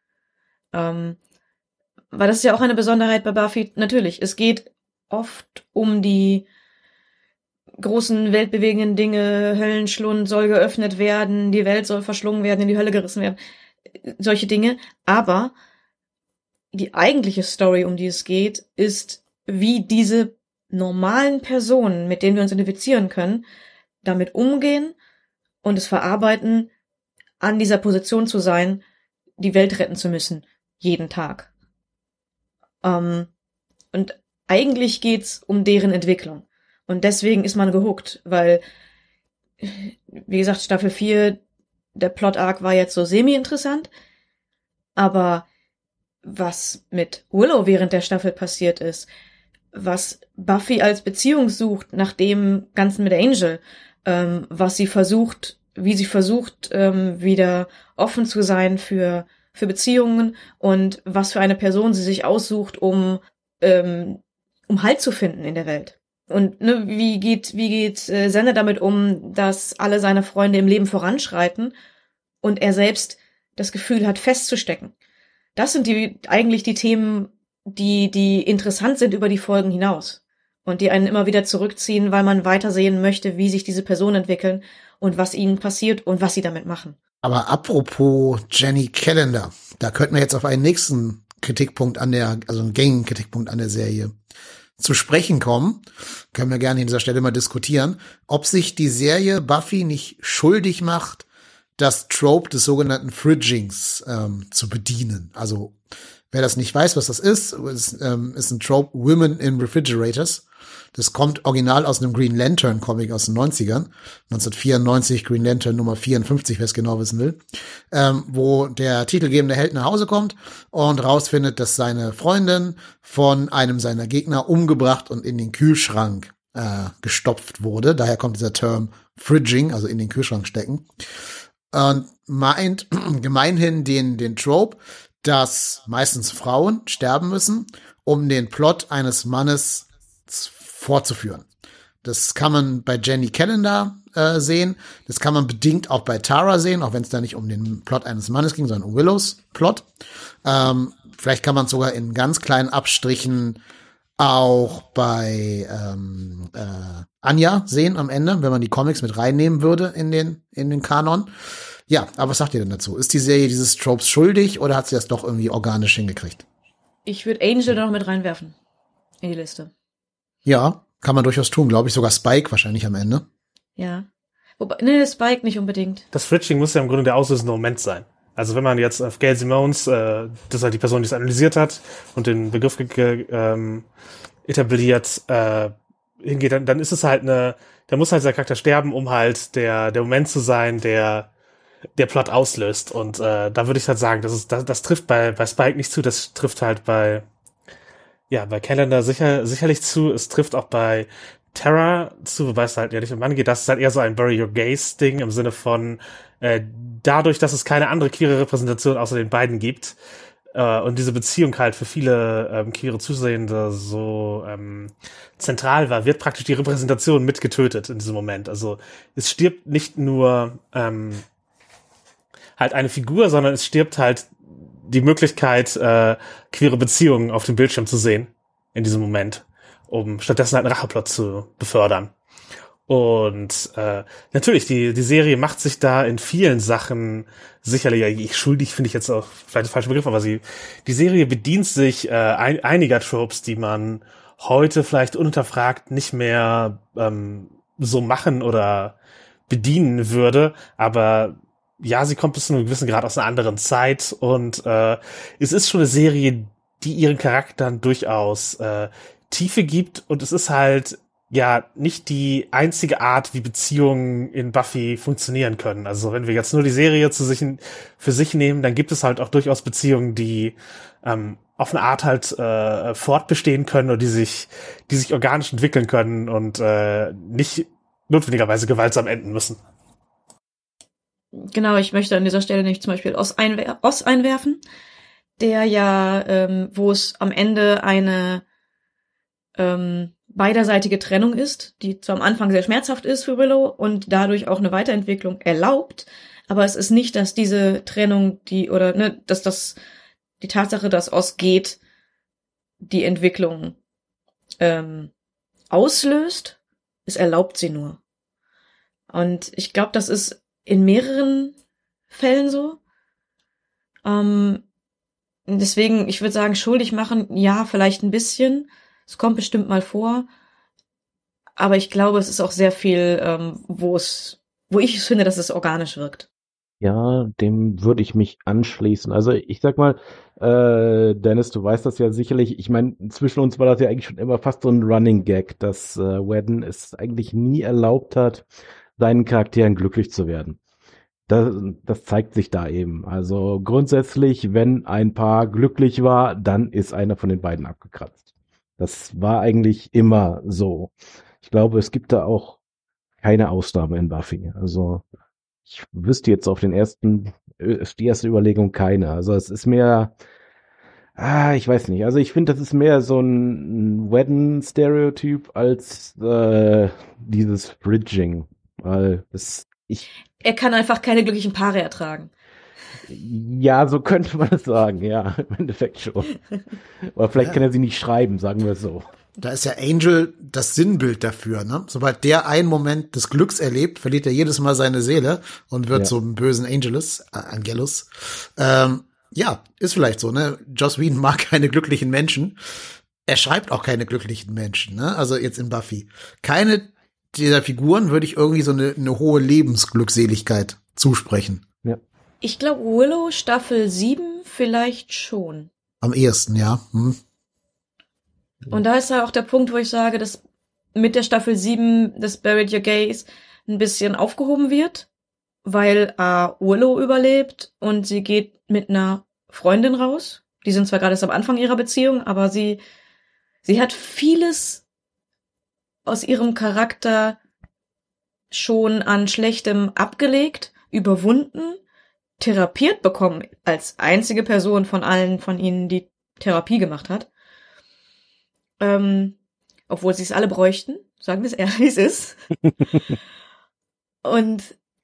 Weil das ist ja auch eine Besonderheit bei Buffy. Natürlich, es geht oft um die großen weltbewegenden Dinge, Höllenschlund soll geöffnet werden, die Welt soll verschlungen werden, in die Hölle gerissen werden, solche Dinge. Aber die eigentliche Story, um die es geht, ist, wie diese normalen Personen, mit denen wir uns identifizieren können, damit umgehen und es verarbeiten, an dieser Position zu sein, die Welt retten zu müssen, jeden Tag. Und eigentlich geht's um deren Entwicklung. Und deswegen ist man gehuckt, weil, wie gesagt, Staffel 4, der Plot-Arc war jetzt so semi-interessant, aber was mit Willow während der Staffel passiert ist, was Buffy als Beziehung sucht nach dem Ganzen mit Angel, wie sie versucht, wieder offen zu sein für Beziehungen und was für eine Person sie sich aussucht, um um Halt zu finden in der Welt. Und ne, wie geht Xander damit um, dass alle seine Freunde im Leben voranschreiten und er selbst das Gefühl hat, festzustecken. Das sind eigentlich die Themen, die interessant sind über die Folgen hinaus und die einen immer wieder zurückziehen, weil man weitersehen möchte, wie sich diese Personen entwickeln und was ihnen passiert und was sie damit machen. Aber apropos Jenny Calendar, da könnten wir jetzt auf einen nächsten Kritikpunkt also einen gängigen Kritikpunkt an der Serie zu sprechen kommen. Können wir gerne an dieser Stelle mal diskutieren, ob sich die Serie Buffy nicht schuldig macht, das Trope des sogenannten Fridgings zu bedienen. Also wer das nicht weiß, was das ist ein Trope Women in Refrigerators. Das kommt original aus einem Green Lantern Comic aus den 90ern. 1994, Green Lantern Nummer 54, wer es genau wissen will. Wo der titelgebende Held nach Hause kommt und rausfindet, dass seine Freundin von einem seiner Gegner umgebracht und in den Kühlschrank gestopft wurde. Daher kommt dieser Term Fridging, also in den Kühlschrank stecken. Und meint gemeinhin den Trope, dass meistens Frauen sterben müssen, um den Plot eines Mannes fortzuführen. Das kann man bei Jenny Calendar sehen. Das kann man bedingt auch bei Tara sehen, auch wenn es da nicht um den Plot eines Mannes ging, sondern um Willows Plot. Vielleicht kann man es sogar in ganz kleinen Abstrichen auch bei Anya sehen am Ende, wenn man die Comics mit reinnehmen würde in den Kanon. Ja, aber was sagt ihr denn dazu? Ist die Serie dieses Tropes schuldig oder hat sie das doch irgendwie organisch hingekriegt? Ich würde Angel da noch mit reinwerfen in die Liste. Ja, kann man durchaus tun, glaube ich. Sogar Spike wahrscheinlich am Ende. Ja. Wobei, ne, Spike nicht unbedingt. Das Fridging muss ja im Grunde der auslösende Moment sein. Also wenn man jetzt auf Gail Simons, das ist halt die Person, die es analysiert hat und den Begriff etabliert, hingeht, dann ist es halt da muss halt der Charakter sterben, um halt der Moment zu sein, der Plot auslöst. Und da würde ich halt sagen, das trifft bei Spike nicht zu, das trifft halt bei Calendar sicherlich zu, es trifft auch bei Terra zu, wobei es halt ja nicht um Mann geht, das ist halt eher so ein Bury Your Gaze-Ding im Sinne von dadurch, dass es keine andere queere Repräsentation außer den beiden gibt und diese Beziehung halt für viele queere Zusehende so zentral war, wird praktisch die Repräsentation mit getötet in diesem Moment. Also es stirbt nicht nur halt eine Figur, sondern es stirbt halt die Möglichkeit, queere Beziehungen auf dem Bildschirm zu sehen in diesem Moment, um stattdessen halt einen Racheplot zu befördern. Und natürlich, die Serie macht sich da in vielen Sachen sicherlich, schuldig finde ich jetzt auch vielleicht der falsche Begriff, aber die Serie bedient sich einiger Tropes, die man heute vielleicht unhinterfragt nicht mehr so machen oder bedienen würde, aber ja, sie kommt bis zu einem gewissen Grad aus einer anderen Zeit und es ist schon eine Serie, die ihren Charakteren durchaus Tiefe gibt und es ist halt ja nicht die einzige Art, wie Beziehungen in Buffy funktionieren können. Also wenn wir jetzt nur die Serie für sich nehmen, dann gibt es halt auch durchaus Beziehungen, die auf eine Art halt fortbestehen können oder die sich organisch entwickeln können und nicht notwendigerweise gewaltsam enden müssen. Genau, ich möchte an dieser Stelle nicht zum Beispiel Oz einwerfen, der ja, wo es am Ende eine beiderseitige Trennung ist, die zwar am Anfang sehr schmerzhaft ist für Willow und dadurch auch eine Weiterentwicklung erlaubt, aber es ist nicht, dass diese Trennung die Tatsache, dass Oz geht, die Entwicklung auslöst, es erlaubt sie nur. Und ich glaube, das ist in mehreren Fällen so. Deswegen, ich würde sagen, schuldig machen, ja, vielleicht ein bisschen. Es kommt bestimmt mal vor. Aber ich glaube, es ist auch sehr viel, wo ich finde, dass es organisch wirkt. Ja, dem würde ich mich anschließen. Also ich sag mal, Dennis, du weißt das ja sicherlich. Ich meine, zwischen uns war das ja eigentlich schon immer fast so ein Running Gag, dass Whedon es eigentlich nie erlaubt hat, seinen Charakteren glücklich zu werden. Das zeigt sich da eben. Also grundsätzlich, wenn ein Paar glücklich war, dann ist einer von den beiden abgekratzt. Das war eigentlich immer so. Ich glaube, es gibt da auch keine Ausnahme in Buffy. Also ich wüsste jetzt auf die erste Überlegung keine. Also es ist mehr, Ich weiß nicht. Also ich finde, das ist mehr so ein Whedon-Stereotyp als dieses Bridging. Weil Er kann einfach keine glücklichen Paare ertragen. ja, so könnte man es sagen, ja, im Endeffekt schon. Aber vielleicht kann er sie nicht schreiben, sagen wir es so. Da ist ja Angel das Sinnbild dafür, ne? Sobald der einen Moment des Glücks erlebt, verliert er jedes Mal seine Seele und wird zum bösen Angelus. Ja, ist vielleicht so, ne? Joss Whedon mag keine glücklichen Menschen. Er schreibt auch keine glücklichen Menschen, ne? Also jetzt in Buffy. Keine dieser Figuren würde ich irgendwie so eine hohe Lebensglückseligkeit zusprechen. Ja. Ich glaube, Willow Staffel 7 vielleicht schon. Am ehesten, ja. Und da ist ja auch der Punkt, wo ich sage, dass mit der Staffel 7 des Buried Your Gays ein bisschen aufgehoben wird, weil Willow überlebt und sie geht mit einer Freundin raus. Die sind zwar gerade erst am Anfang ihrer Beziehung, aber sie hat vieles aus ihrem Charakter schon an Schlechtem abgelegt, überwunden, therapiert bekommen, als einzige Person von allen von ihnen, die Therapie gemacht hat. Obwohl sie es alle bräuchten, sagen wir es ehrlich, wie es ist. Und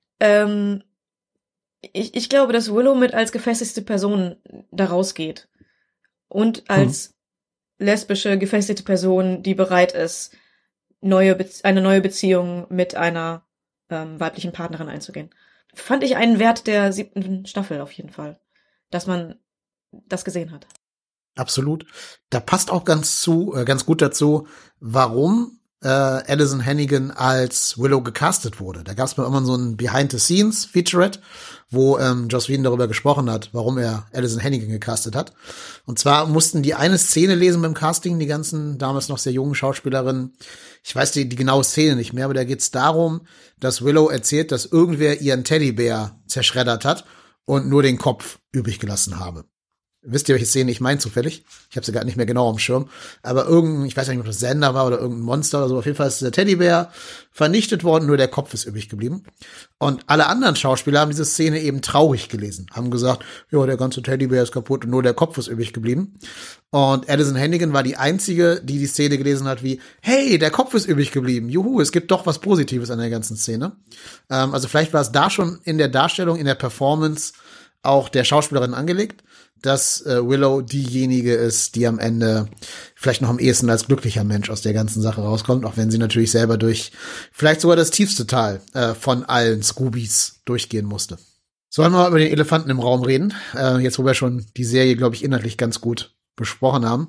ich glaube, dass Willow mit als gefestigte Person da rausgeht. Und als lesbische, gefestigte Person, die bereit ist, eine neue Beziehung mit einer weiblichen Partnerin einzugehen. Fand ich einen Wert der 7. Staffel auf jeden Fall, dass man das gesehen hat. Absolut. Da passt auch ganz gut dazu, warum Alyson Hannigan als Willow gecastet wurde. Da gab es mal immer so ein Behind-the-Scenes-Featurette, wo Joss Whedon darüber gesprochen hat, warum er Alyson Hannigan gecastet hat. Und zwar mussten die eine Szene lesen beim Casting, die ganzen damals noch sehr jungen Schauspielerinnen. Ich weiß die genaue Szene nicht mehr, aber da geht es darum, dass Willow erzählt, dass irgendwer ihren Teddybär zerschreddert hat und nur den Kopf übrig gelassen habe. Wisst ihr, welche Szene ich meine zufällig? Ich habe sie gar nicht mehr genau am Schirm. Aber ich weiß nicht, ob das Sender war oder irgendein Monster oder so. Auf jeden Fall ist der Teddybär vernichtet worden, nur der Kopf ist übrig geblieben. Und alle anderen Schauspieler haben diese Szene eben traurig gelesen. Haben gesagt, ja, der ganze Teddybär ist kaputt und nur der Kopf ist übrig geblieben. Und Alyson Hannigan war die einzige, die Szene gelesen hat wie, hey, der Kopf ist übrig geblieben. Juhu, es gibt doch was Positives an der ganzen Szene. Also vielleicht war es da schon in der Darstellung, in der Performance auch der Schauspielerin angelegt, dass Willow diejenige ist, die am Ende vielleicht noch am ehesten als glücklicher Mensch aus der ganzen Sache rauskommt, auch wenn sie natürlich selber durch vielleicht sogar das tiefste Tal von allen Scoobies durchgehen musste. Sollen wir mal über den Elefanten im Raum reden? Jetzt, wo wir schon die Serie, glaube ich, inhaltlich ganz gut besprochen haben.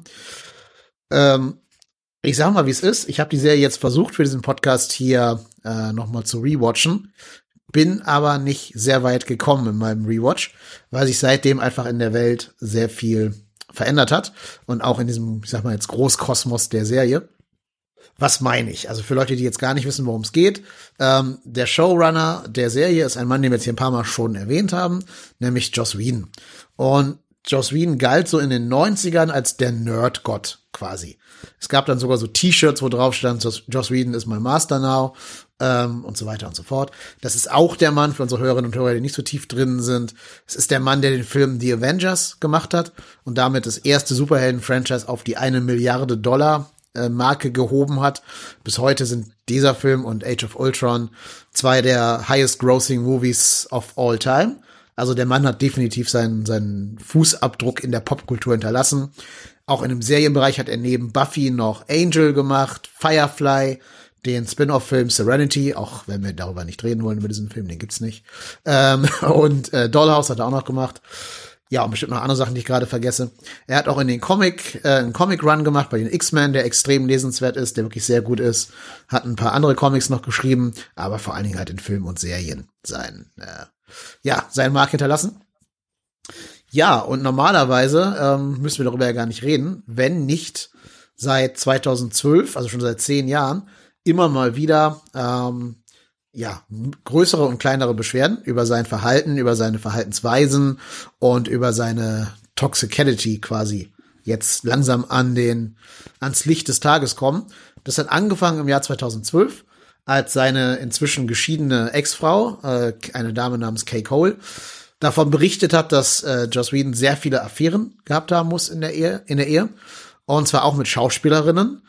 Ich sag mal, wie es ist. Ich habe die Serie jetzt versucht, für diesen Podcast hier noch mal zu rewatchen. Bin aber nicht sehr weit gekommen in meinem Rewatch, weil sich seitdem einfach in der Welt sehr viel verändert hat und auch in diesem, ich sag mal jetzt, Großkosmos der Serie. Was meine ich? Also für Leute, die jetzt gar nicht wissen, worum es geht, der Showrunner der Serie ist ein Mann, den wir jetzt hier ein paar Mal schon erwähnt haben, nämlich Joss Whedon. Und Joss Whedon galt so in den 90ern als der Nerdgott quasi. Es gab dann sogar so T-Shirts, wo drauf stand, Joss Whedon is my master now, und so weiter und so fort. Das ist auch der Mann für unsere Hörerinnen und Hörer, die nicht so tief drin sind. Es ist der Mann, der den Film The Avengers gemacht hat und damit das erste Superhelden-Franchise auf die $1 Milliarde Marke gehoben hat. Bis heute sind dieser Film und Age of Ultron zwei der highest grossing movies of all time. Also der Mann hat definitiv seinen Fußabdruck in der Popkultur hinterlassen. Auch in dem Serienbereich hat er neben Buffy noch Angel gemacht, Firefly, den Spin-off-Film Serenity, auch wenn wir darüber nicht reden wollen, über diesen Film, den gibt's nicht. Und Dollhouse hat er auch noch gemacht. Ja, und bestimmt noch andere Sachen, die ich gerade vergesse. Er hat auch in den einen Comic-Run gemacht bei den X-Men, der extrem lesenswert ist, der wirklich sehr gut ist. Hat ein paar andere Comics noch geschrieben, aber vor allen Dingen halt in Filmen und Serien seinen Mark hinterlassen. Ja, und normalerweise müssen wir darüber ja gar nicht reden, wenn nicht seit 2012, also schon seit 10 Jahren, immer mal wieder größere und kleinere Beschwerden über sein Verhalten, über seine Verhaltensweisen und über seine Toxicality quasi jetzt langsam ans Licht des Tages kommen. Das hat angefangen im Jahr 2012, als seine inzwischen geschiedene Ex-Frau, eine Dame namens Kay Cole, davon berichtet hat, dass Joss Whedon sehr viele Affären gehabt haben muss in der Ehe. Und zwar auch mit Schauspielerinnen,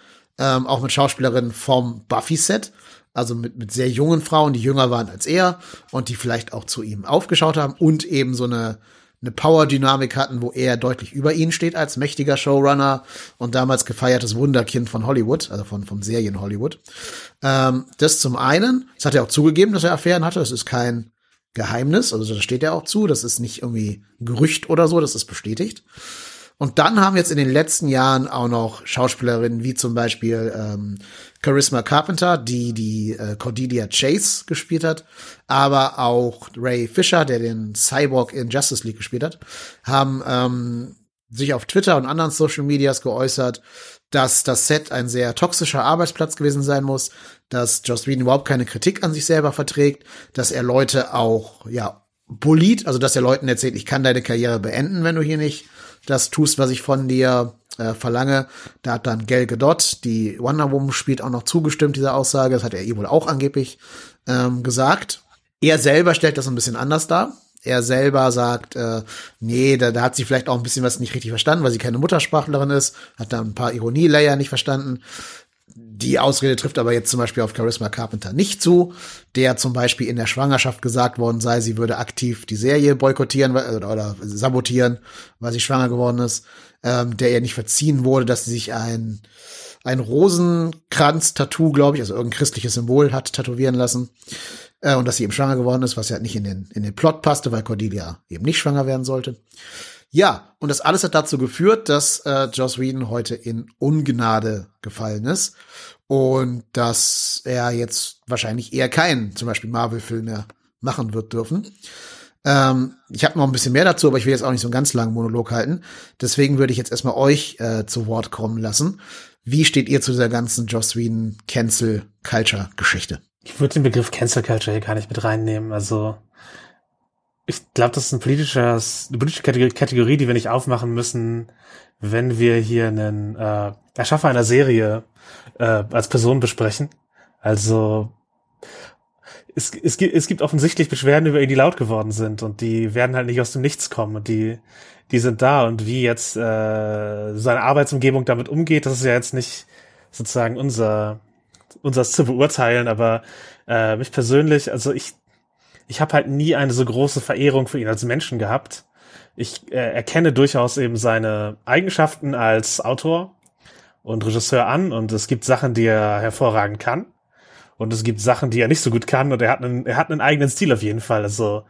vom Buffy-Set. Also mit sehr jungen Frauen, die jünger waren als er und die vielleicht auch zu ihm aufgeschaut haben und eben so eine Power-Dynamik hatten, wo er deutlich über ihnen steht als mächtiger Showrunner und damals gefeiertes Wunderkind von Hollywood, also vom Serien Hollywood. Das zum einen, das hat er auch zugegeben, dass er Affären hatte, das ist kein Geheimnis, also das steht ja auch zu, das ist nicht irgendwie ein Gerücht oder so, das ist bestätigt. Und dann haben jetzt in den letzten Jahren auch noch Schauspielerinnen wie zum Beispiel Charisma Carpenter, die Cordelia Chase gespielt hat, aber auch Ray Fisher, der den Cyborg in Justice League gespielt hat, haben sich auf Twitter und anderen Social Medias geäußert, dass das Set ein sehr toxischer Arbeitsplatz gewesen sein muss, dass Joss Whedon überhaupt keine Kritik an sich selber verträgt, dass er Leute auch, bullied, also dass er Leuten erzählt, ich kann deine Karriere beenden, wenn du hier nicht das tust, was ich von dir verlange. Da hat dann Gal Gadot, die Wonder Woman spielt, auch noch zugestimmt, dieser Aussage. Das hat er ihr wohl auch angeblich gesagt. Er selber stellt das ein bisschen anders dar. Er selber sagt, nee, da hat sie vielleicht auch ein bisschen was nicht richtig verstanden, weil sie keine Muttersprachlerin ist, hat da ein paar Ironie-Layer nicht verstanden. Die Ausrede trifft aber jetzt zum Beispiel auf Charisma Carpenter nicht zu, der zum Beispiel in der Schwangerschaft gesagt worden sei, sie würde aktiv die Serie boykottieren oder sabotieren, weil sie schwanger geworden ist, der ihr nicht verziehen wurde, dass sie sich ein Rosenkranz-Tattoo, glaube ich, also irgendein christliches Symbol hat tätowieren lassen, und dass sie eben schwanger geworden ist, was ja nicht in den Plot passte, weil Cordelia eben nicht schwanger werden sollte. Ja, und das alles hat dazu geführt, dass Joss Whedon heute in Ungnade gefallen ist und dass er jetzt wahrscheinlich eher keinen, zum Beispiel Marvel-Film mehr machen wird dürfen. Ich habe noch ein bisschen mehr dazu, aber ich will jetzt auch nicht so einen ganz langen Monolog halten. Deswegen würde ich jetzt erstmal euch zu Wort kommen lassen. Wie steht ihr zu dieser ganzen Joss Whedon Cancel-Culture-Geschichte? Ich würde den Begriff Cancel Culture hier gar nicht mit reinnehmen. Also ich glaube, das ist eine politische Kategorie, die wir nicht aufmachen müssen, wenn wir hier einen Erschaffer einer Serie als Person besprechen. Also es gibt offensichtlich Beschwerden über ihn, die laut geworden sind und die werden halt nicht aus dem Nichts kommen und die sind da und wie jetzt seine Arbeitsumgebung damit umgeht, das ist ja jetzt nicht sozusagen unser zu beurteilen, aber mich persönlich, also ich habe halt nie eine so große Verehrung für ihn als Menschen gehabt. Ich erkenne durchaus eben seine Eigenschaften als Autor und Regisseur an und es gibt Sachen, die er hervorragend kann und es gibt Sachen, die er nicht so gut kann und er hat einen eigenen Stil auf jeden Fall. Also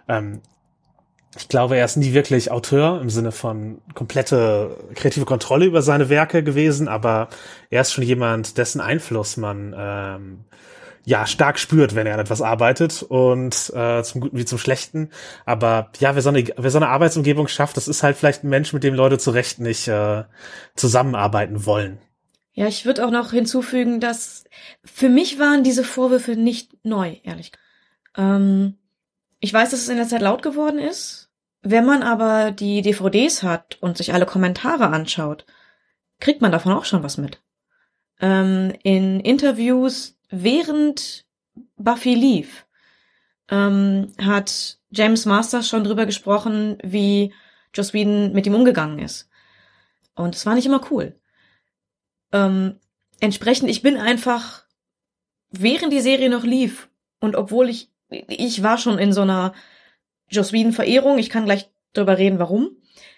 ich glaube, er ist nie wirklich Auteur im Sinne von komplette kreative Kontrolle über seine Werke gewesen, aber er ist schon jemand, dessen Einfluss man stark spürt, wenn er an etwas arbeitet und zum Guten wie zum Schlechten. Aber ja, wer so eine Arbeitsumgebung schafft, das ist halt vielleicht ein Mensch, mit dem Leute zu Recht nicht zusammenarbeiten wollen. Ja, ich würde auch noch hinzufügen, dass für mich waren diese Vorwürfe nicht neu, ehrlich gesagt. Ich weiß, dass es in der Zeit laut geworden ist. Wenn man aber die DVDs hat und sich alle Kommentare anschaut, kriegt man davon auch schon was mit. In Interviews während Buffy lief, hat James Masters schon drüber gesprochen, wie Joss Whedon mit ihm umgegangen ist. Und es war nicht immer cool. Entsprechend, ich bin einfach, während die Serie noch lief, und obwohl ich war schon in so einer Joss Whedon-Verehrung, ich kann gleich drüber reden, warum.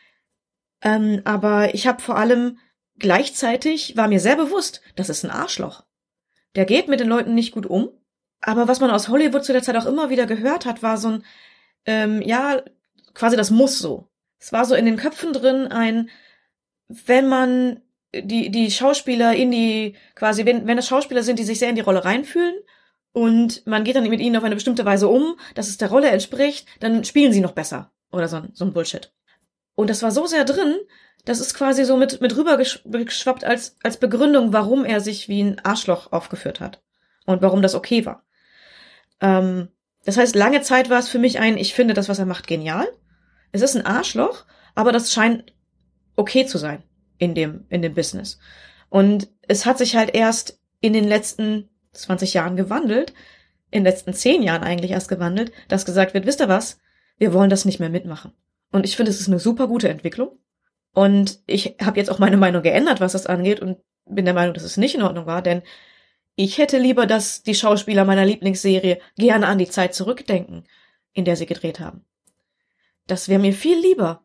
Aber ich habe vor allem gleichzeitig, war mir sehr bewusst, das ist ein Arschloch. Der geht mit den Leuten nicht gut um. Aber was man aus Hollywood zu der Zeit auch immer wieder gehört hat, war so ein, quasi das muss so. Es war so in den Köpfen drin wenn man die Schauspieler wenn das Schauspieler sind, die sich sehr in die Rolle reinfühlen und man geht dann mit ihnen auf eine bestimmte Weise um, dass es der Rolle entspricht, dann spielen sie noch besser. Oder so ein Bullshit. Und das war so sehr drin, das ist quasi so mit rübergeschwappt als Begründung, warum er sich wie ein Arschloch aufgeführt hat. Und warum das okay war. Das heißt, lange Zeit war es für mich ich finde das, was er macht, genial. Es ist ein Arschloch, aber das scheint okay zu sein in dem Business. Und es hat sich halt erst in den letzten 20 Jahren gewandelt, in den letzten 10 Jahren eigentlich erst gewandelt, dass gesagt wird, wisst ihr was? wir wollen das nicht mehr mitmachen. Und ich finde, es ist eine super gute Entwicklung. Und ich habe jetzt auch meine Meinung geändert, was das angeht, und bin der Meinung, dass es nicht in Ordnung war, denn ich hätte lieber, dass die Schauspieler meiner Lieblingsserie gerne an die Zeit zurückdenken, in der sie gedreht haben. Das wäre mir viel lieber,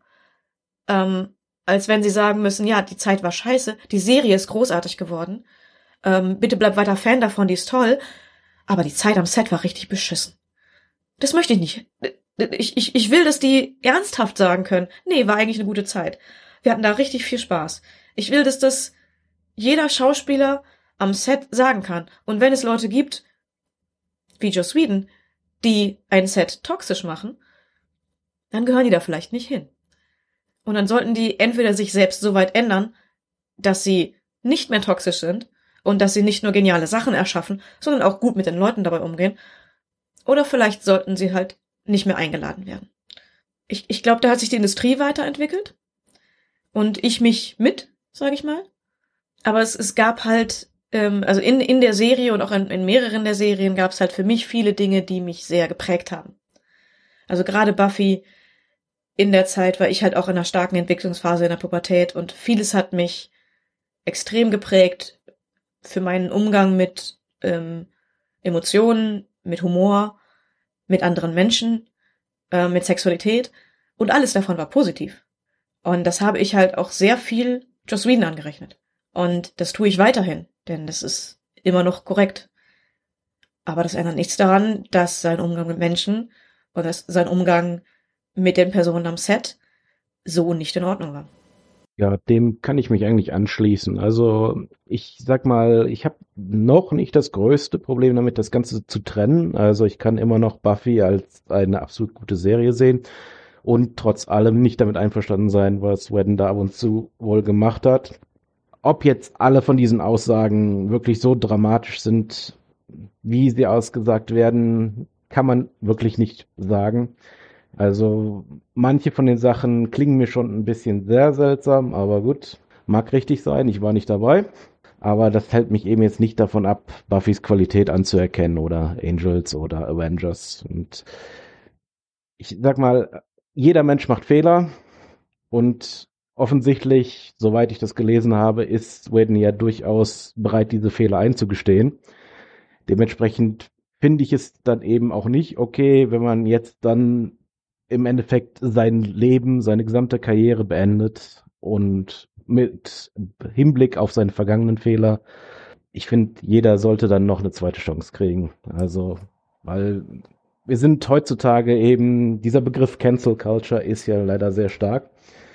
als wenn sie sagen müssen, ja, die Zeit war scheiße, die Serie ist großartig geworden, bitte bleib weiter Fan davon, die ist toll, aber die Zeit am Set war richtig beschissen. Das möchte ich nicht. Ich will, dass die ernsthaft sagen können, nee, war eigentlich eine gute Zeit. Wir hatten da richtig viel Spaß. Ich will, dass das jeder Schauspieler am Set sagen kann. Und wenn es Leute gibt, wie Joss Whedon, die ein Set toxisch machen, dann gehören die da vielleicht nicht hin. Und dann sollten die entweder sich selbst so weit ändern, dass sie nicht mehr toxisch sind und dass sie nicht nur geniale Sachen erschaffen, sondern auch gut mit den Leuten dabei umgehen. Oder vielleicht sollten sie halt nicht mehr eingeladen werden. Ich glaube, da hat sich die Industrie weiterentwickelt und ich mich mit, sage ich mal. Aber es gab halt, also in der Serie und auch in mehreren der Serien gab es halt für mich viele Dinge, die mich sehr geprägt haben. Also gerade Buffy, in der Zeit war ich halt auch in einer starken Entwicklungsphase in der Pubertät und vieles hat mich extrem geprägt für meinen Umgang mit Emotionen, mit Humor, mit anderen Menschen, mit Sexualität und alles davon war positiv. Und das habe ich halt auch sehr viel Joss Whedon angerechnet. Und das tue ich weiterhin, denn das ist immer noch korrekt. Aber das ändert nichts daran, dass sein Umgang mit Menschen oder sein Umgang mit den Personen am Set so nicht in Ordnung war. Ja, dem kann ich mich eigentlich anschließen. Also ich sag mal, ich habe noch nicht das größte Problem damit, das Ganze zu trennen. Also ich kann immer noch Buffy als eine absolut gute Serie sehen und trotz allem nicht damit einverstanden sein, was Whedon da ab und zu wohl gemacht hat. Ob jetzt alle von diesen Aussagen wirklich so dramatisch sind, wie sie ausgesagt werden, kann man wirklich nicht sagen. Also manche von den Sachen klingen mir schon ein bisschen sehr seltsam, aber gut, mag richtig sein, ich war nicht dabei. Aber das hält mich eben jetzt nicht davon ab, Buffys Qualität anzuerkennen oder Angels oder Avengers. Und ich sag mal, jeder Mensch macht Fehler und offensichtlich, soweit ich das gelesen habe, ist Whedon ja durchaus bereit, diese Fehler einzugestehen. Dementsprechend finde ich es dann eben auch nicht okay, wenn man jetzt dann im Endeffekt sein Leben, seine gesamte Karriere beendet und mit Hinblick auf seine vergangenen Fehler. Ich finde, jeder sollte dann noch eine zweite Chance kriegen. Also, weil wir sind heutzutage eben, dieser Begriff Cancel Culture ist ja leider sehr stark.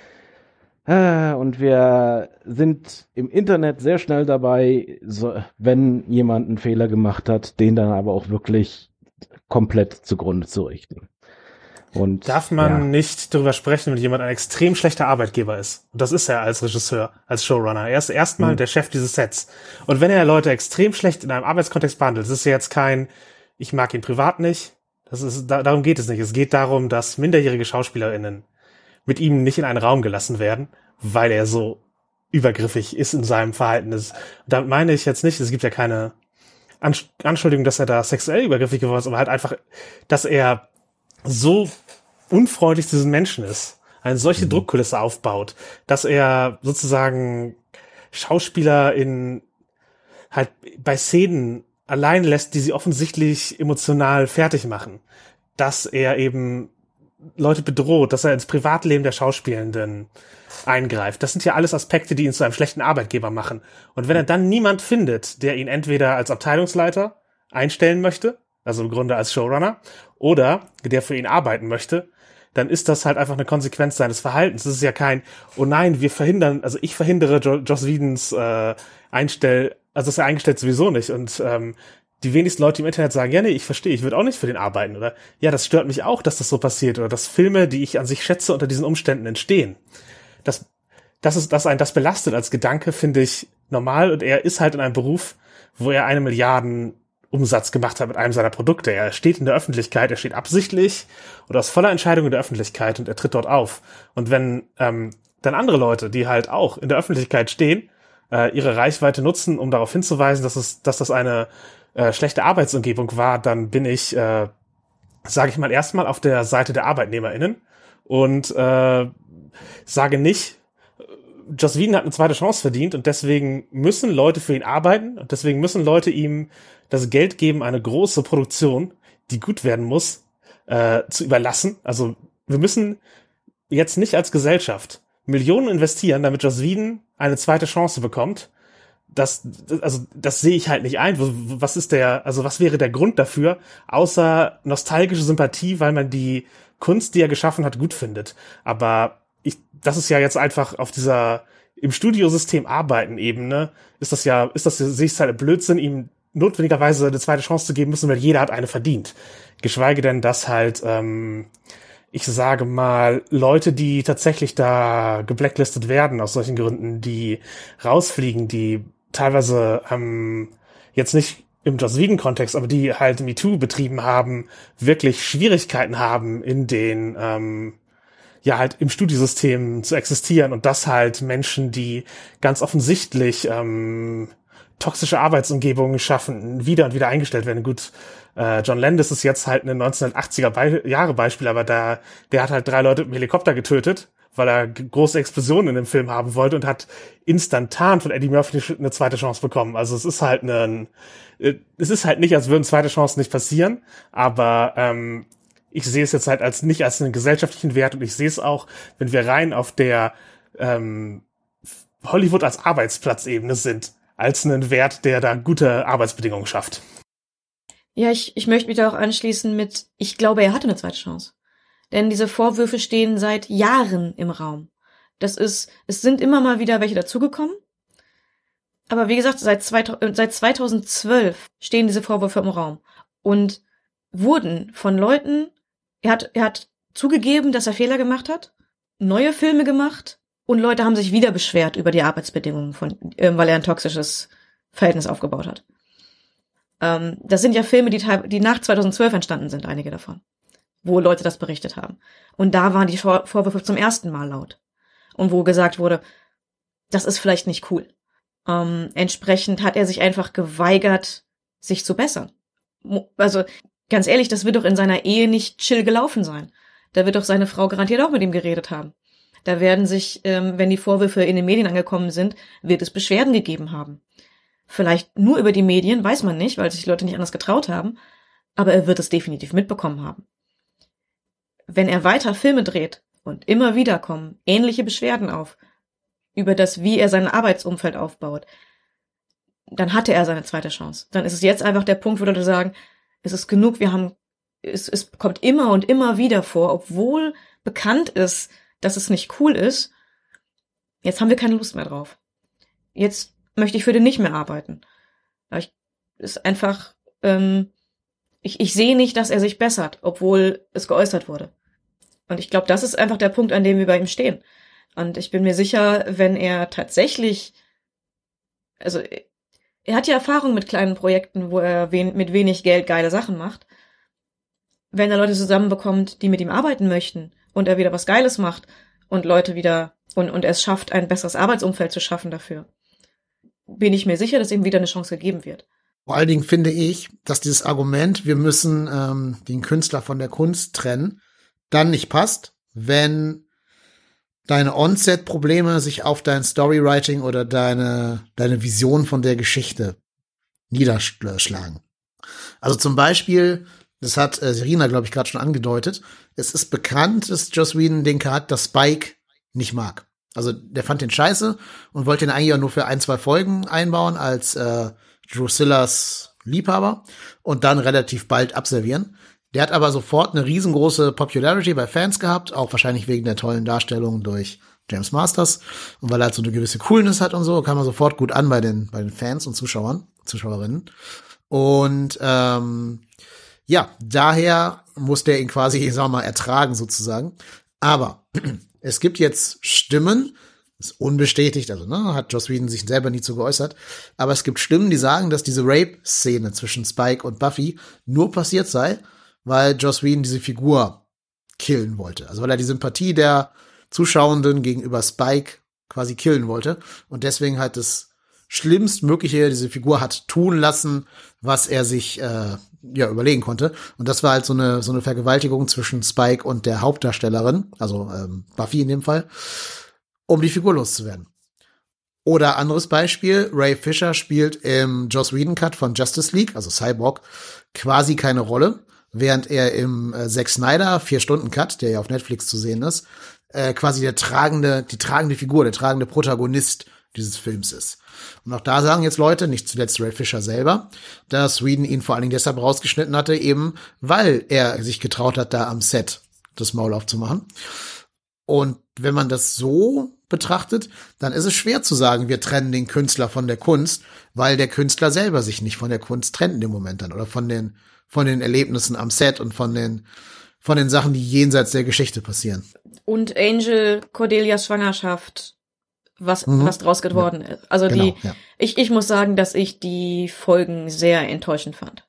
Und wir sind im Internet sehr schnell dabei, so, wenn jemand einen Fehler gemacht hat, den dann aber auch wirklich komplett zugrunde zu richten. Und, darf man nicht darüber sprechen, wenn jemand ein extrem schlechter Arbeitgeber ist. Und das ist er als Regisseur, als Showrunner. Er ist erstmal der Chef dieses Sets. Und wenn er Leute extrem schlecht in einem Arbeitskontext behandelt, das ist ja jetzt kein, ich mag ihn privat nicht. Darum geht es nicht. Es geht darum, dass minderjährige SchauspielerInnen mit ihm nicht in einen Raum gelassen werden, weil er so übergriffig ist in seinem Verhalten. Damit meine ich jetzt nicht, es gibt ja keine Anschuldigung, dass er da sexuell übergriffig geworden ist, aber halt einfach, dass er so unfreundlich zu diesen Menschen ist, eine solche Druckkulisse aufbaut, dass er sozusagen Schauspieler halt bei Szenen allein lässt, die sie offensichtlich emotional fertig machen, dass er eben Leute bedroht, dass er ins Privatleben der Schauspielenden eingreift. Das sind ja alles Aspekte, die ihn zu einem schlechten Arbeitgeber machen. Und wenn er dann niemand findet, der ihn entweder als Abteilungsleiter einstellen möchte, also im Grunde als Showrunner, oder der für ihn arbeiten möchte, dann ist das halt einfach eine Konsequenz seines Verhaltens. Das ist ja kein, oh nein, ich verhindere Joss Whedons also ist er eingestellt sowieso nicht. Und die wenigsten Leute im Internet sagen, ja nee, ich verstehe, ich würde auch nicht für den arbeiten. Oder ja, das stört mich auch, dass das so passiert. Oder dass Filme, die ich an sich schätze, unter diesen Umständen entstehen. Dass einen das belastet als Gedanke, finde ich normal. Und er ist halt in einem Beruf, wo er 1 Milliarden Umsatz gemacht hat mit einem seiner Produkte. Er steht in der Öffentlichkeit, er steht absichtlich oder aus voller Entscheidung in der Öffentlichkeit und er tritt dort auf. Und wenn dann andere Leute, die halt auch in der Öffentlichkeit stehen, ihre Reichweite nutzen, um darauf hinzuweisen, dass das eine schlechte Arbeitsumgebung war, dann bin ich sage ich mal, erstmal auf der Seite der ArbeitnehmerInnen und sage nicht, Joss Whedon hat eine zweite Chance verdient und deswegen müssen Leute für ihn arbeiten und deswegen müssen Leute ihm das Geld geben, eine große Produktion, die gut werden muss, zu überlassen. Also wir müssen jetzt nicht als Gesellschaft Millionen investieren, damit Joss Whedon eine zweite Chance bekommt. Das sehe ich halt nicht ein. Was wäre der Grund dafür, außer nostalgische Sympathie, weil man die Kunst, die er geschaffen hat, gut findet. Aber das ist ja jetzt einfach auf dieser im Studiosystem arbeiten Ebene, sehe ich es halt Blödsinn, ihm notwendigerweise eine zweite Chance zu geben müssen, weil jeder hat eine verdient. Geschweige denn, dass halt, ich sage mal, Leute, die tatsächlich da geblacklistet werden aus solchen Gründen, die rausfliegen, die teilweise jetzt nicht im Joss Whedon-Kontext, aber die halt MeToo betrieben haben, wirklich Schwierigkeiten haben, in den halt im Studiosystem zu existieren und das halt Menschen, die ganz offensichtlich toxische Arbeitsumgebungen schaffen, wieder und wieder eingestellt werden. Gut, John Landis ist jetzt halt ein 1980er Jahre Beispiel, aber der hat halt 3 Leute mit dem Helikopter getötet, weil er große Explosionen in dem Film haben wollte und hat instantan von Eddie Murphy eine zweite Chance bekommen. Also es ist halt nicht, als würden zweite Chancen nicht passieren, aber ich sehe es jetzt halt nicht als einen gesellschaftlichen Wert und ich sehe es auch, wenn wir rein auf der Hollywood als Arbeitsplatzebene sind, als einen Wert, der da gute Arbeitsbedingungen schafft. Ja, ich möchte mich da auch anschließen mit, ich glaube, er hatte eine zweite Chance. Denn diese Vorwürfe stehen seit Jahren im Raum. Es sind immer mal wieder welche dazugekommen. Aber wie gesagt, seit 2012 stehen diese Vorwürfe im Raum. Und wurden von Leuten, er hat zugegeben, dass er Fehler gemacht hat, neue Filme gemacht und Leute haben sich wieder beschwert über die Arbeitsbedingungen weil er ein toxisches Verhältnis aufgebaut hat. Das sind ja Filme, die nach 2012 entstanden sind, einige davon, wo Leute das berichtet haben. Und da waren die Vorwürfe zum ersten Mal laut. Und wo gesagt wurde, das ist vielleicht nicht cool. Entsprechend hat er sich einfach geweigert, sich zu bessern. Also, ganz ehrlich, das wird doch in seiner Ehe nicht chill gelaufen sein. Da wird doch seine Frau garantiert auch mit ihm geredet haben. Da werden sich, wenn die Vorwürfe in den Medien angekommen sind, wird es Beschwerden gegeben haben. Vielleicht nur über die Medien, weiß man nicht, weil sich die Leute nicht anders getraut haben, aber er wird es definitiv mitbekommen haben. Wenn er weiter Filme dreht und immer wieder kommen ähnliche Beschwerden auf, über das, wie er sein Arbeitsumfeld aufbaut, dann hatte er seine zweite Chance. Dann ist es jetzt einfach der Punkt, wo Leute sagen, es ist genug, es kommt immer und immer wieder vor, obwohl bekannt ist, dass es nicht cool ist, jetzt haben wir keine Lust mehr drauf. Jetzt möchte ich für den nicht mehr arbeiten. Ich sehe nicht, dass er sich bessert, obwohl es geäußert wurde. Und ich glaube, das ist einfach der Punkt, an dem wir bei ihm stehen. Und ich bin mir sicher, wenn er tatsächlich, also er hat ja Erfahrung mit kleinen Projekten, wo er mit wenig Geld geile Sachen macht. Wenn er Leute zusammenbekommt, die mit ihm arbeiten möchten und er wieder was Geiles macht und Leute wieder und es schafft, ein besseres Arbeitsumfeld zu schaffen dafür, bin ich mir sicher, dass ihm wieder eine Chance gegeben wird. Vor allen Dingen finde ich, dass dieses Argument, wir müssen den Künstler von der Kunst trennen, dann nicht passt, wenn deine On-Set-Probleme sich auf dein Storywriting oder deine Vision von der Geschichte niederschlagen. Also zum Beispiel, das hat Serena, glaube ich, gerade schon angedeutet, es ist bekannt, dass Joss Whedon den Charakter Spike nicht mag. Also der fand den scheiße und wollte ihn eigentlich auch nur für 1-2 Folgen einbauen als Drusillas Liebhaber und dann relativ bald abservieren. Der hat aber sofort eine riesengroße Popularity bei Fans gehabt, auch wahrscheinlich wegen der tollen Darstellung durch James Masters. Und weil er halt so eine gewisse Coolness hat und so, kam er sofort gut an bei den Fans und Zuschauerinnen. Und daher muss der ihn quasi, sagen wir mal, ertragen sozusagen. Aber es gibt jetzt Stimmen, ist unbestätigt, also hat Joss Whedon sich selber nie zu geäußert, aber es gibt Stimmen, die sagen, dass diese Rape-Szene zwischen Spike und Buffy nur passiert sei, weil Joss Whedon diese Figur killen wollte. Also weil er die Sympathie der Zuschauenden gegenüber Spike quasi killen wollte und deswegen halt das Schlimmstmögliche diese Figur hat tun lassen, was er sich überlegen konnte. Und das war halt so eine Vergewaltigung zwischen Spike und der Hauptdarstellerin, also Buffy in dem Fall, um die Figur loszuwerden. Oder anderes Beispiel, Ray Fisher spielt im Joss Whedon Cut von Justice League, also Cyborg, quasi keine Rolle, während er im Zack Snyder 4-Stunden-Cut, der ja auf Netflix zu sehen ist, quasi die tragende Figur, der tragende Protagonist dieses Films ist. Und auch da sagen jetzt Leute, nicht zuletzt Ray Fisher selber, dass Whedon ihn vor allen Dingen deshalb rausgeschnitten hatte, eben weil er sich getraut hat, da am Set das Maul aufzumachen. Und wenn man das so betrachtet, dann ist es schwer zu sagen, wir trennen den Künstler von der Kunst, weil der Künstler selber sich nicht von der Kunst trennt in dem Moment dann oder von den Erlebnissen am Set und von den Sachen, die jenseits der Geschichte passieren. Und Angel Cordelias Schwangerschaft, was draus geworden ist. Also genau, ich muss sagen, dass ich die Folgen sehr enttäuschend fand.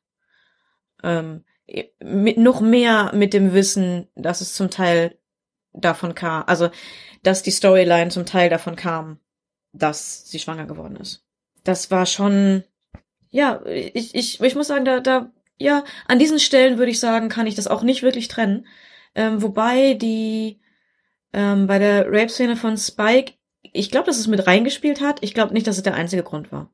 Noch mehr mit dem Wissen, dass es zum Teil davon kam, also dass die Storyline zum Teil davon kam, dass sie schwanger geworden ist. Das war schon, ja, ich muss sagen, ja, an diesen Stellen würde ich sagen, kann ich das auch nicht wirklich trennen. Wobei bei der Rape-Szene von Spike, ich glaube, dass es mit reingespielt hat. Ich glaube nicht, dass es der einzige Grund war.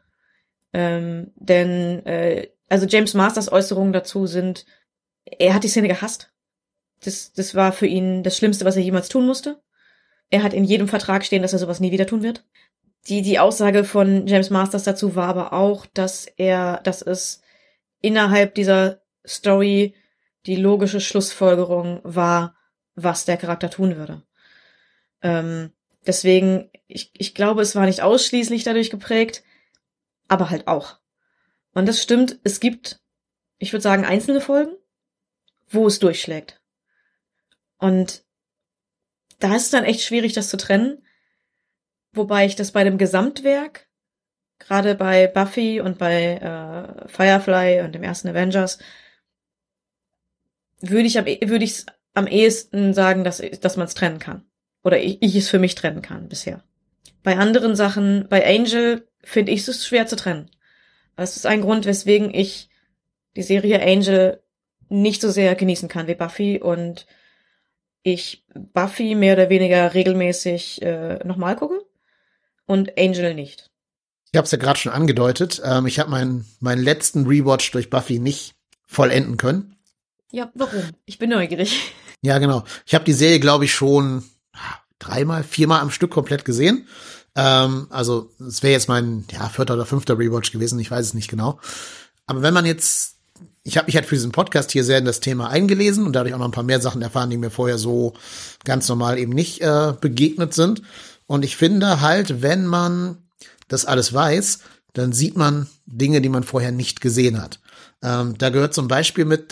Also James Masters Äußerungen dazu sind, er hat die Szene gehasst. Das war für ihn das Schlimmste, was er jemals tun musste. Er hat in jedem Vertrag stehen, dass er sowas nie wieder tun wird. Die Aussage von James Masters dazu war aber auch, dass es innerhalb dieser Story die logische Schlussfolgerung war, was der Charakter tun würde. Deswegen, ich glaube, es war nicht ausschließlich dadurch geprägt, aber halt auch. Und das stimmt, es gibt, ich würde sagen, einzelne Folgen, wo es durchschlägt. Und da ist es dann echt schwierig, das zu trennen. Wobei ich das bei dem Gesamtwerk, gerade bei Buffy und bei Firefly und dem ersten Avengers, würde ich am ehesten sagen, dass man es trennen kann. Oder ich es für mich trennen kann bisher. Bei anderen Sachen, bei Angel, finde ich es schwer zu trennen. Das ist ein Grund, weswegen ich die Serie Angel nicht so sehr genießen kann wie Buffy und ich Buffy mehr oder weniger regelmäßig nochmal gucke und Angel nicht. Ich habe es ja gerade schon angedeutet. Ich habe meinen letzten Rewatch durch Buffy nicht vollenden können. Ja, warum? Ich bin neugierig. Ja, genau. Ich habe die Serie, glaube ich, schon 4-mal am Stück komplett gesehen. Also es wäre jetzt mein 4. oder 5. Rewatch gewesen, ich weiß es nicht genau. Aber wenn man jetzt, ich habe mich halt für diesen Podcast hier sehr in das Thema eingelesen und dadurch auch noch ein paar mehr Sachen erfahren, die mir vorher so ganz normal eben nicht begegnet sind. Und ich finde halt, wenn man das alles weiß, dann sieht man Dinge, die man vorher nicht gesehen hat. Da gehört zum Beispiel mit,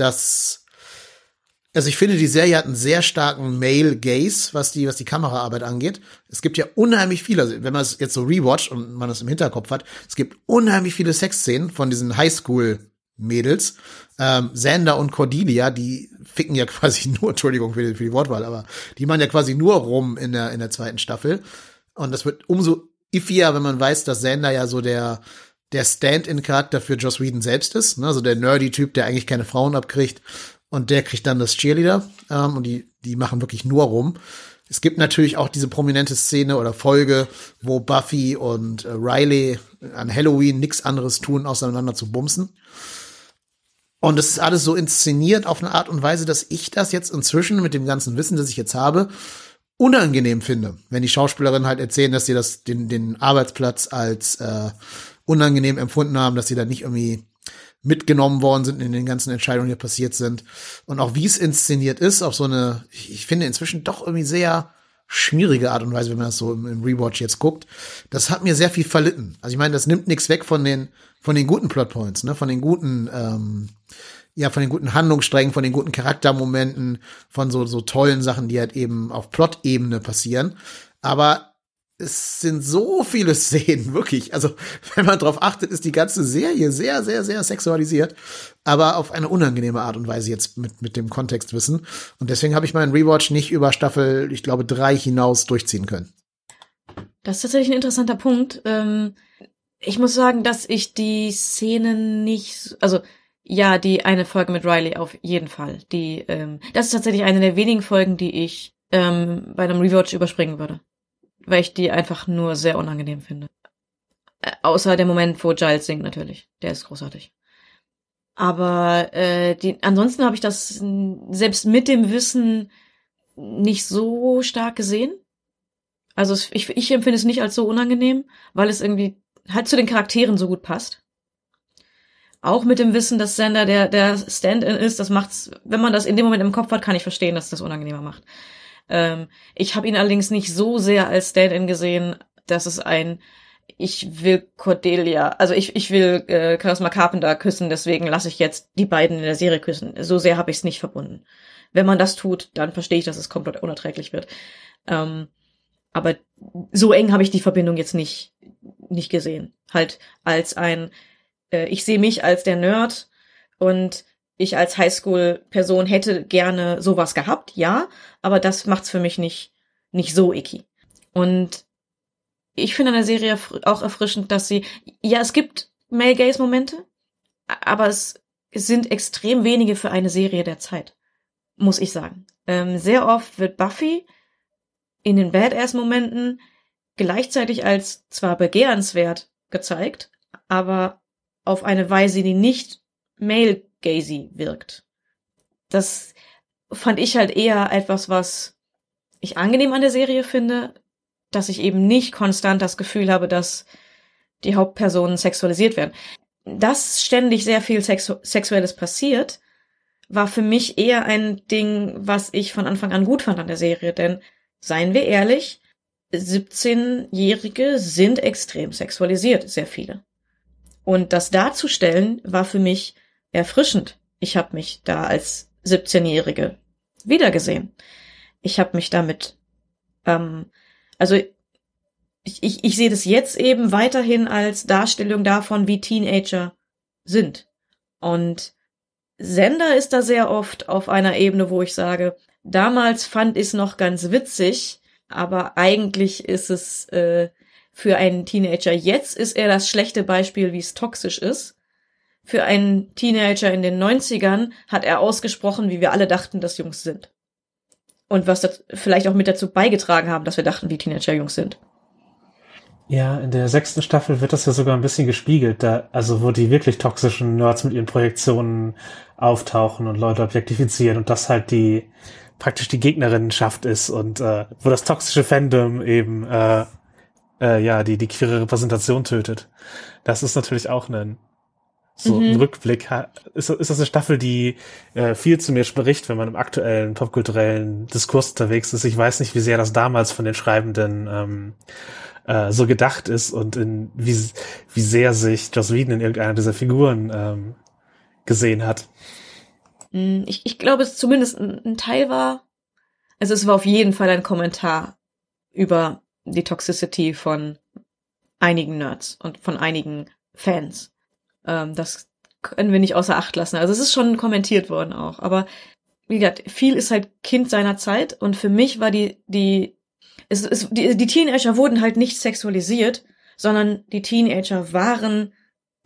also ich finde, die Serie hat einen sehr starken Male Gaze, was die Kameraarbeit angeht. Es gibt ja unheimlich viele, also wenn man es jetzt so rewatcht und man das im Hinterkopf hat, es gibt unheimlich viele Sexszenen von diesen Highschool-Mädels. Xander und Cordelia, die ficken ja quasi nur, Entschuldigung für die Wortwahl, aber die machen ja quasi nur rum in der 2. Staffel. Und das wird umso iffier, wenn man weiß, dass Xander ja so der Stand-in-Charakter für Joss Whedon selbst ist, ne? So der Nerdy-Typ, der eigentlich keine Frauen abkriegt. Und der kriegt dann das Cheerleader und die machen wirklich nur rum. Es gibt natürlich auch diese prominente Szene oder Folge, wo Buffy und Riley an Halloween nichts anderes tun, außer einander zu bumsen. Und das ist alles so inszeniert auf eine Art und Weise, dass ich das jetzt inzwischen mit dem ganzen Wissen, das ich jetzt habe, unangenehm finde. Wenn die Schauspielerinnen halt erzählen, dass sie den Arbeitsplatz als unangenehm empfunden haben, dass sie da nicht irgendwie mitgenommen worden sind in den ganzen Entscheidungen, die passiert sind. Und auch wie es inszeniert ist, auf so eine, ich finde inzwischen doch irgendwie sehr schwierige Art und Weise, wenn man das so im Rewatch jetzt guckt. Das hat mir sehr viel verlitten. Also ich meine, das nimmt nichts weg von den guten Plotpoints, ne, von den guten Handlungssträngen, von den guten Charaktermomenten, von so tollen Sachen, die halt eben auf Plot-Ebene passieren. Aber es sind so viele Szenen, wirklich. Also, wenn man drauf achtet, ist die ganze Serie sehr, sehr, sehr sexualisiert. Aber auf eine unangenehme Art und Weise jetzt mit dem Kontextwissen. Und deswegen habe ich meinen Rewatch nicht über Staffel, ich glaube, 3 hinaus durchziehen können. Das ist tatsächlich ein interessanter Punkt. Ich muss sagen, dass ich die Szenen nicht, also ja, die eine Folge mit Riley auf jeden Fall. Das ist tatsächlich eine der wenigen Folgen, die ich bei einem Rewatch überspringen würde, weil ich die einfach nur sehr unangenehm finde. Außer der Moment, wo Giles singt natürlich, der ist großartig. Aber ansonsten habe ich das selbst mit dem Wissen nicht so stark gesehen. Also ich empfinde es nicht als so unangenehm, weil es irgendwie halt zu den Charakteren so gut passt. Auch mit dem Wissen, dass Xander der Stand-in ist, das macht's, wenn man das in dem Moment im Kopf hat, kann ich verstehen, dass das unangenehmer macht. Ich habe ihn allerdings nicht so sehr als Stand-in gesehen, dass es ich will Cordelia, also ich will Charisma Carpenter küssen, deswegen lasse ich jetzt die beiden in der Serie küssen. So sehr habe ich es nicht verbunden. Wenn man das tut, dann verstehe ich, dass es komplett unerträglich wird. Aber so eng habe ich die Verbindung jetzt nicht gesehen. Halt als ich sehe mich als der Nerd und ich als Highschool-Person hätte gerne sowas gehabt, ja, aber das macht's für mich nicht so icky. Und ich finde an der Serie auch erfrischend, dass es gibt Male-Gaze-Momente, aber es sind extrem wenige für eine Serie der Zeit, muss ich sagen. Sehr oft wird Buffy in den Badass-Momenten gleichzeitig als zwar begehrenswert gezeigt, aber auf eine Weise, die nicht male-gazy wirkt. Das fand ich halt eher etwas, was ich angenehm an der Serie finde, dass ich eben nicht konstant das Gefühl habe, dass die Hauptpersonen sexualisiert werden. Dass ständig sehr viel Sexuelles passiert, war für mich eher ein Ding, was ich von Anfang an gut fand an der Serie, denn seien wir ehrlich, 17-Jährige sind extrem sexualisiert, sehr viele. Und das darzustellen war für mich erfrischend. Ich habe mich da als 17-Jährige wiedergesehen. Ich habe mich damit, ich sehe das jetzt eben weiterhin als Darstellung davon, wie Teenager sind. Und Xander ist da sehr oft auf einer Ebene, wo ich sage, damals fand ich es noch ganz witzig, aber eigentlich ist es für einen Teenager jetzt ist er das schlechte Beispiel, wie es toxisch ist. Für einen Teenager in den 90ern hat er ausgesprochen, wie wir alle dachten, dass Jungs sind. Und was das vielleicht auch mit dazu beigetragen haben, dass wir dachten, wie Teenager Jungs sind. Ja, in der 6. Staffel wird das ja sogar ein bisschen gespiegelt, wo die wirklich toxischen Nerds mit ihren Projektionen auftauchen und Leute objektifizieren und das halt praktisch die Gegnerinnenschaft ist und wo das toxische Fandom eben die queere Repräsentation tötet. Das ist natürlich auch im Rückblick ist das eine Staffel, die viel zu mir spricht, wenn man im aktuellen popkulturellen Diskurs unterwegs ist. Ich weiß nicht, wie sehr das damals von den Schreibenden so gedacht ist und wie sehr sich Joss Whedon in irgendeiner dieser Figuren gesehen hat. Ich glaube, es zumindest ein Teil war, also es war auf jeden Fall ein Kommentar über die Toxicity von einigen Nerds und von einigen Fans. Das können wir nicht außer Acht lassen. Also es ist schon kommentiert worden auch. Aber wie gesagt, viel ist halt Kind seiner Zeit und für mich war die Teenager wurden halt nicht sexualisiert, sondern die Teenager waren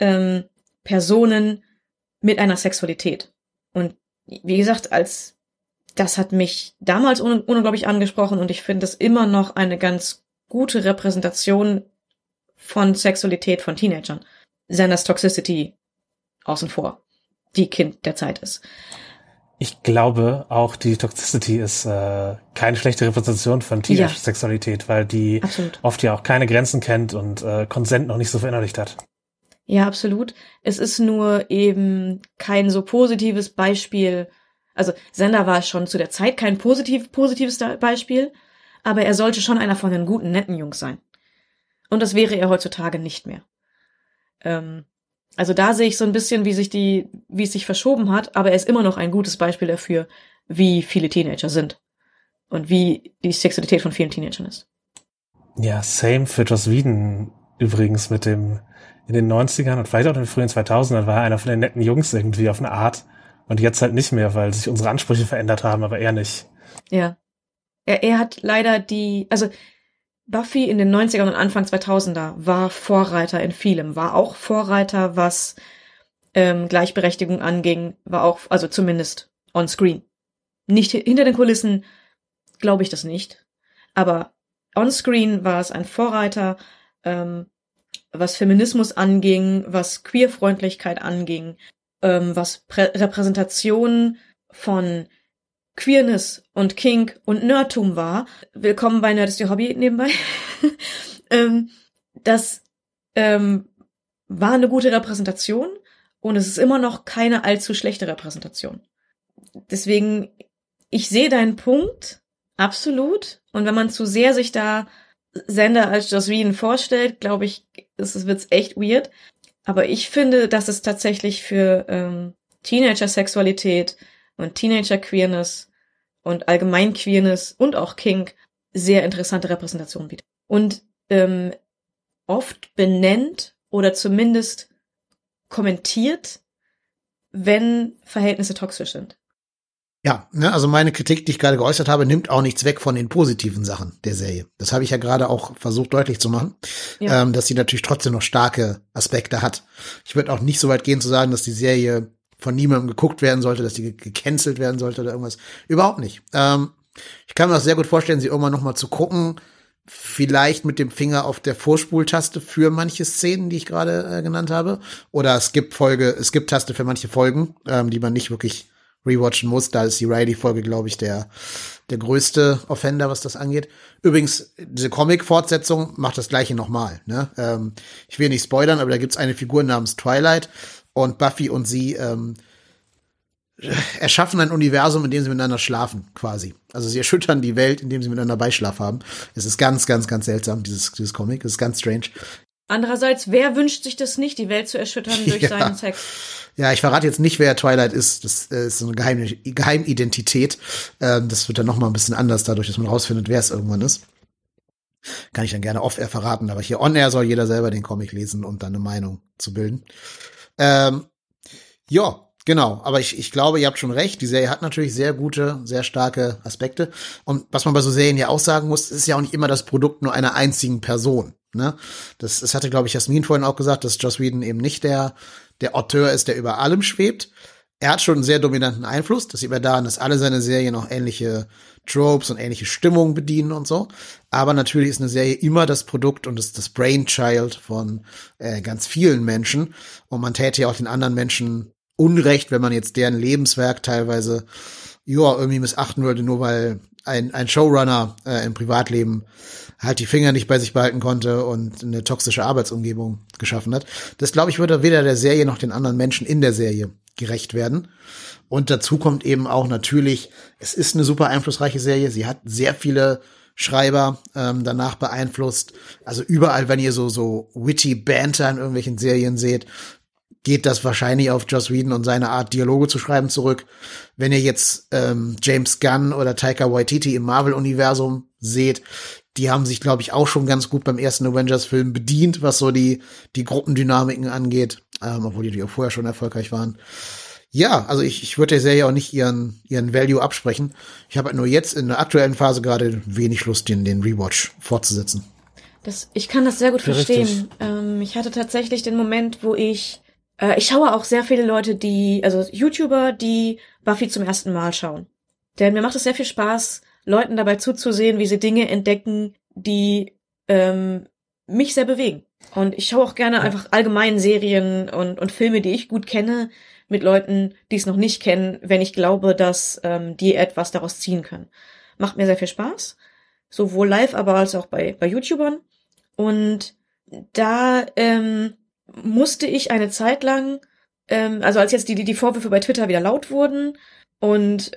Personen mit einer Sexualität. Und wie gesagt, das hat mich damals unglaublich angesprochen und ich finde es immer noch eine ganz gute Repräsentation von Sexualität von Teenagern. Xanders Toxicity außen vor, die Kind der Zeit ist. Ich glaube auch, die Toxicity ist keine schlechte Repräsentation von Teenage-Sexualität, weil die oft ja auch keine Grenzen kennt und Consent noch nicht so verinnerlicht hat. Ja, absolut. Es ist nur eben kein so positives Beispiel. Also Xander war schon zu der Zeit kein positives Beispiel, aber er sollte schon einer von den guten, netten Jungs sein. Und das wäre er heutzutage nicht mehr. Also da sehe ich so ein bisschen, wie es sich verschoben hat, aber er ist immer noch ein gutes Beispiel dafür, wie viele Teenager sind und wie die Sexualität von vielen Teenagern ist. Ja, same für Joss Whedon übrigens in den 90ern und vielleicht auch in den frühen 2000ern war er einer von den netten Jungs irgendwie auf eine Art und jetzt halt nicht mehr, weil sich unsere Ansprüche verändert haben, aber er nicht. Ja. Er hat leider Buffy in den 90ern und Anfang 2000er war Vorreiter in vielem, war auch Vorreiter, was Gleichberechtigung anging, war auch, also zumindest on screen. Nicht hinter den Kulissen, glaube ich das nicht. Aber on screen war es ein Vorreiter, was Feminismus anging, was Queerfreundlichkeit anging, was Repräsentation von Queerness und Kink und Nerdtum war. Willkommen bei Nerd ist Ihr Hobby nebenbei. Das war eine gute Repräsentation und es ist immer noch keine allzu schlechte Repräsentation. Deswegen, ich sehe deinen Punkt, absolut. Und wenn man zu sehr sich da Sender als Joss Whedon vorstellt, glaube ich, wird's echt weird. Aber ich finde, dass es tatsächlich für Teenager-Sexualität und Teenager-Queerness und allgemein Queerness und auch Kink sehr interessante Repräsentation bietet. Und oft benennt oder zumindest kommentiert, wenn Verhältnisse toxisch sind. Ja, ne, also meine Kritik, die ich gerade geäußert habe, nimmt auch nichts weg von den positiven Sachen der Serie. Das habe ich ja gerade auch versucht deutlich zu machen, ja. Dass sie natürlich trotzdem noch starke Aspekte hat. Ich würde auch nicht so weit gehen zu sagen, dass die Serie von niemandem geguckt werden sollte, dass die gecancelt werden sollte oder irgendwas. Überhaupt nicht. Ich kann mir das sehr gut vorstellen, sie irgendwann noch mal zu gucken, vielleicht mit dem Finger auf der Vorspultaste für manche Szenen, die ich gerade genannt habe, oder Skip-Taste für manche Folgen, die man nicht wirklich rewatchen muss. Da ist die Riley-Folge, glaube ich, der größte Offender, was das angeht. Übrigens, diese Comic-Fortsetzung macht das Gleiche nochmal. Ne? Ich will nicht spoilern, aber da gibt's eine Figur namens Twilight und Buffy und sie erschaffen ein Universum, in dem sie miteinander schlafen, quasi. Also sie erschüttern die Welt, indem sie miteinander Beischlaf haben. Es ist ganz, ganz, ganz seltsam, dieses Comic. Es ist ganz strange. Andererseits, wer wünscht sich das nicht, die Welt zu erschüttern durch seinen Sex? Ja, ich verrate jetzt nicht, wer Twilight ist. Das ist so eine Geheimidentität. Das wird dann noch mal ein bisschen anders, dadurch, dass man rausfindet, wer es irgendwann ist. Kann ich dann gerne off-air verraten. Aber hier on-air soll jeder selber den Comic lesen und dann eine Meinung zu bilden. Ja. Genau, aber ich glaube, ihr habt schon recht. Die Serie hat natürlich sehr gute, sehr starke Aspekte. Und was man bei so Serien ja auch sagen muss, ist ja auch nicht immer das Produkt nur einer einzigen Person. Ne? Das hatte, glaube ich, Jasmin vorhin auch gesagt, dass Joss Whedon eben nicht der Auteur ist, der über allem schwebt. Er hat schon einen sehr dominanten Einfluss. Das sieht man daran, dass alle seine Serien auch ähnliche Tropes und ähnliche Stimmungen bedienen und so. Aber natürlich ist eine Serie immer das Produkt und das Brainchild von ganz vielen Menschen. Und man täte ja auch den anderen Menschen Unrecht, wenn man jetzt deren Lebenswerk teilweise irgendwie missachten würde, nur weil ein Showrunner im Privatleben halt die Finger nicht bei sich behalten konnte und eine toxische Arbeitsumgebung geschaffen hat. Das, glaube ich, würde weder der Serie noch den anderen Menschen in der Serie gerecht werden. Und dazu kommt eben auch natürlich, es ist eine super einflussreiche Serie. Sie hat sehr viele Schreiber danach beeinflusst. Also überall, wenn ihr so witty Banter in irgendwelchen Serien seht, geht das wahrscheinlich auf Joss Whedon und seine Art, Dialoge zu schreiben, zurück. Wenn ihr jetzt James Gunn oder Taika Waititi im Marvel-Universum seht, die haben sich, glaube ich, auch schon ganz gut beim ersten Avengers-Film bedient, was so die Gruppendynamiken angeht, obwohl die auch vorher schon erfolgreich waren. Ja, also ich würde der Serie auch nicht ihren Value absprechen. Ich habe halt nur jetzt in der aktuellen Phase gerade wenig Lust, den Rewatch fortzusetzen. Ich kann das sehr gut verstehen. Ich hatte tatsächlich den Moment, wo ich schaue auch sehr viele Leute, also YouTuber, die Buffy zum ersten Mal schauen. Denn mir macht es sehr viel Spaß, Leuten dabei zuzusehen, wie sie Dinge entdecken, die mich sehr bewegen. Und ich schaue auch gerne einfach allgemein Serien und Filme, die ich gut kenne, mit Leuten, die es noch nicht kennen, wenn ich glaube, dass die etwas daraus ziehen können. Macht mir sehr viel Spaß. Sowohl live, aber als auch bei YouTubern. Und da musste ich eine Zeit lang, also als jetzt die Vorwürfe bei Twitter wieder laut wurden und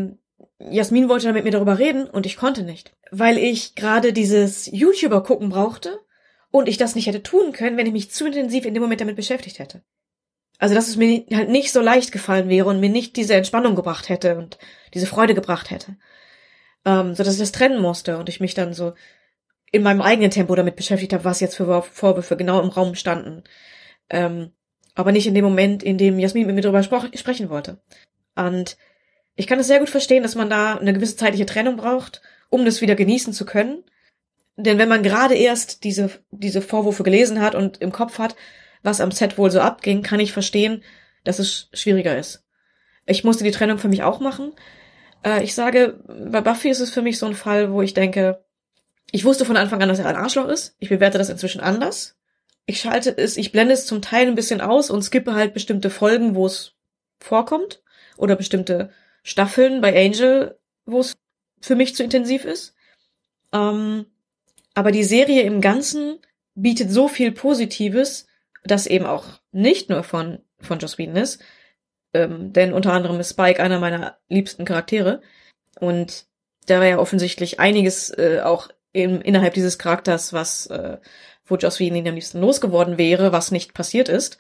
Jasmin wollte dann mit mir darüber reden und ich konnte nicht, weil ich gerade dieses YouTuber gucken brauchte und ich das nicht hätte tun können, wenn ich mich zu intensiv in dem Moment damit beschäftigt hätte. Also dass es mir halt nicht so leicht gefallen wäre und mir nicht diese Entspannung gebracht hätte und diese Freude gebracht hätte, so dass ich das trennen musste und ich mich dann so in meinem eigenen Tempo damit beschäftigt habe, was jetzt für Vorwürfe genau im Raum standen. Aber nicht in dem Moment, in dem Jasmin mit mir darüber sprechen wollte. Und ich kann es sehr gut verstehen, dass man da eine gewisse zeitliche Trennung braucht, um das wieder genießen zu können. Denn wenn man gerade erst diese Vorwürfe gelesen hat und im Kopf hat, was am Set wohl so abging, kann ich verstehen, dass es schwieriger ist. Ich musste die Trennung für mich auch machen. Ich sage, bei Buffy ist es für mich so ein Fall, wo ich denke, ich wusste von Anfang an, dass er ein Arschloch ist. Ich bewerte das inzwischen anders. Ich blende es zum Teil ein bisschen aus und skippe halt bestimmte Folgen, wo es vorkommt. Oder bestimmte Staffeln bei Angel, wo es für mich zu intensiv ist. Aber die Serie im Ganzen bietet so viel Positives, das eben auch nicht nur von Joss Whedon ist, denn unter anderem ist Spike einer meiner liebsten Charaktere und da war ja offensichtlich einiges auch innerhalb dieses Charakters, wo Joss Whedon ihn am liebsten losgeworden wäre, was nicht passiert ist.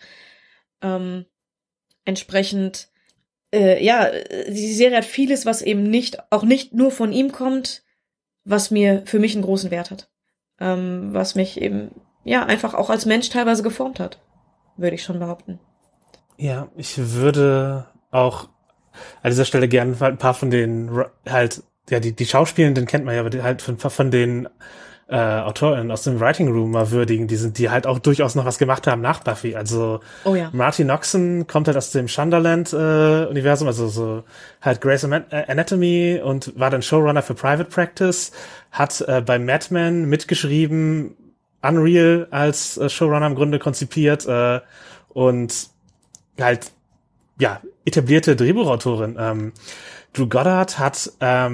Entsprechend, die Serie hat vieles, was eben nicht nur von ihm kommt, was für mich einen großen Wert hat. Was mich eben, einfach auch als Mensch teilweise geformt hat, würde ich schon behaupten. Ja, ich würde auch an dieser Stelle gerne ein paar von den die Schauspielenden kennt man ja, aber halt von den Autoren aus dem Writing Room mal würdigen, die halt auch durchaus noch was gemacht haben nach Buffy. Also Marty Noxon kommt halt aus dem Shondaland-Universum, also so halt Grey's Anatomy und war dann Showrunner für Private Practice, hat bei Mad Men mitgeschrieben, Unreal als Showrunner im Grunde konzipiert und halt, etablierte Drehbuchautorin. Drew Goddard hat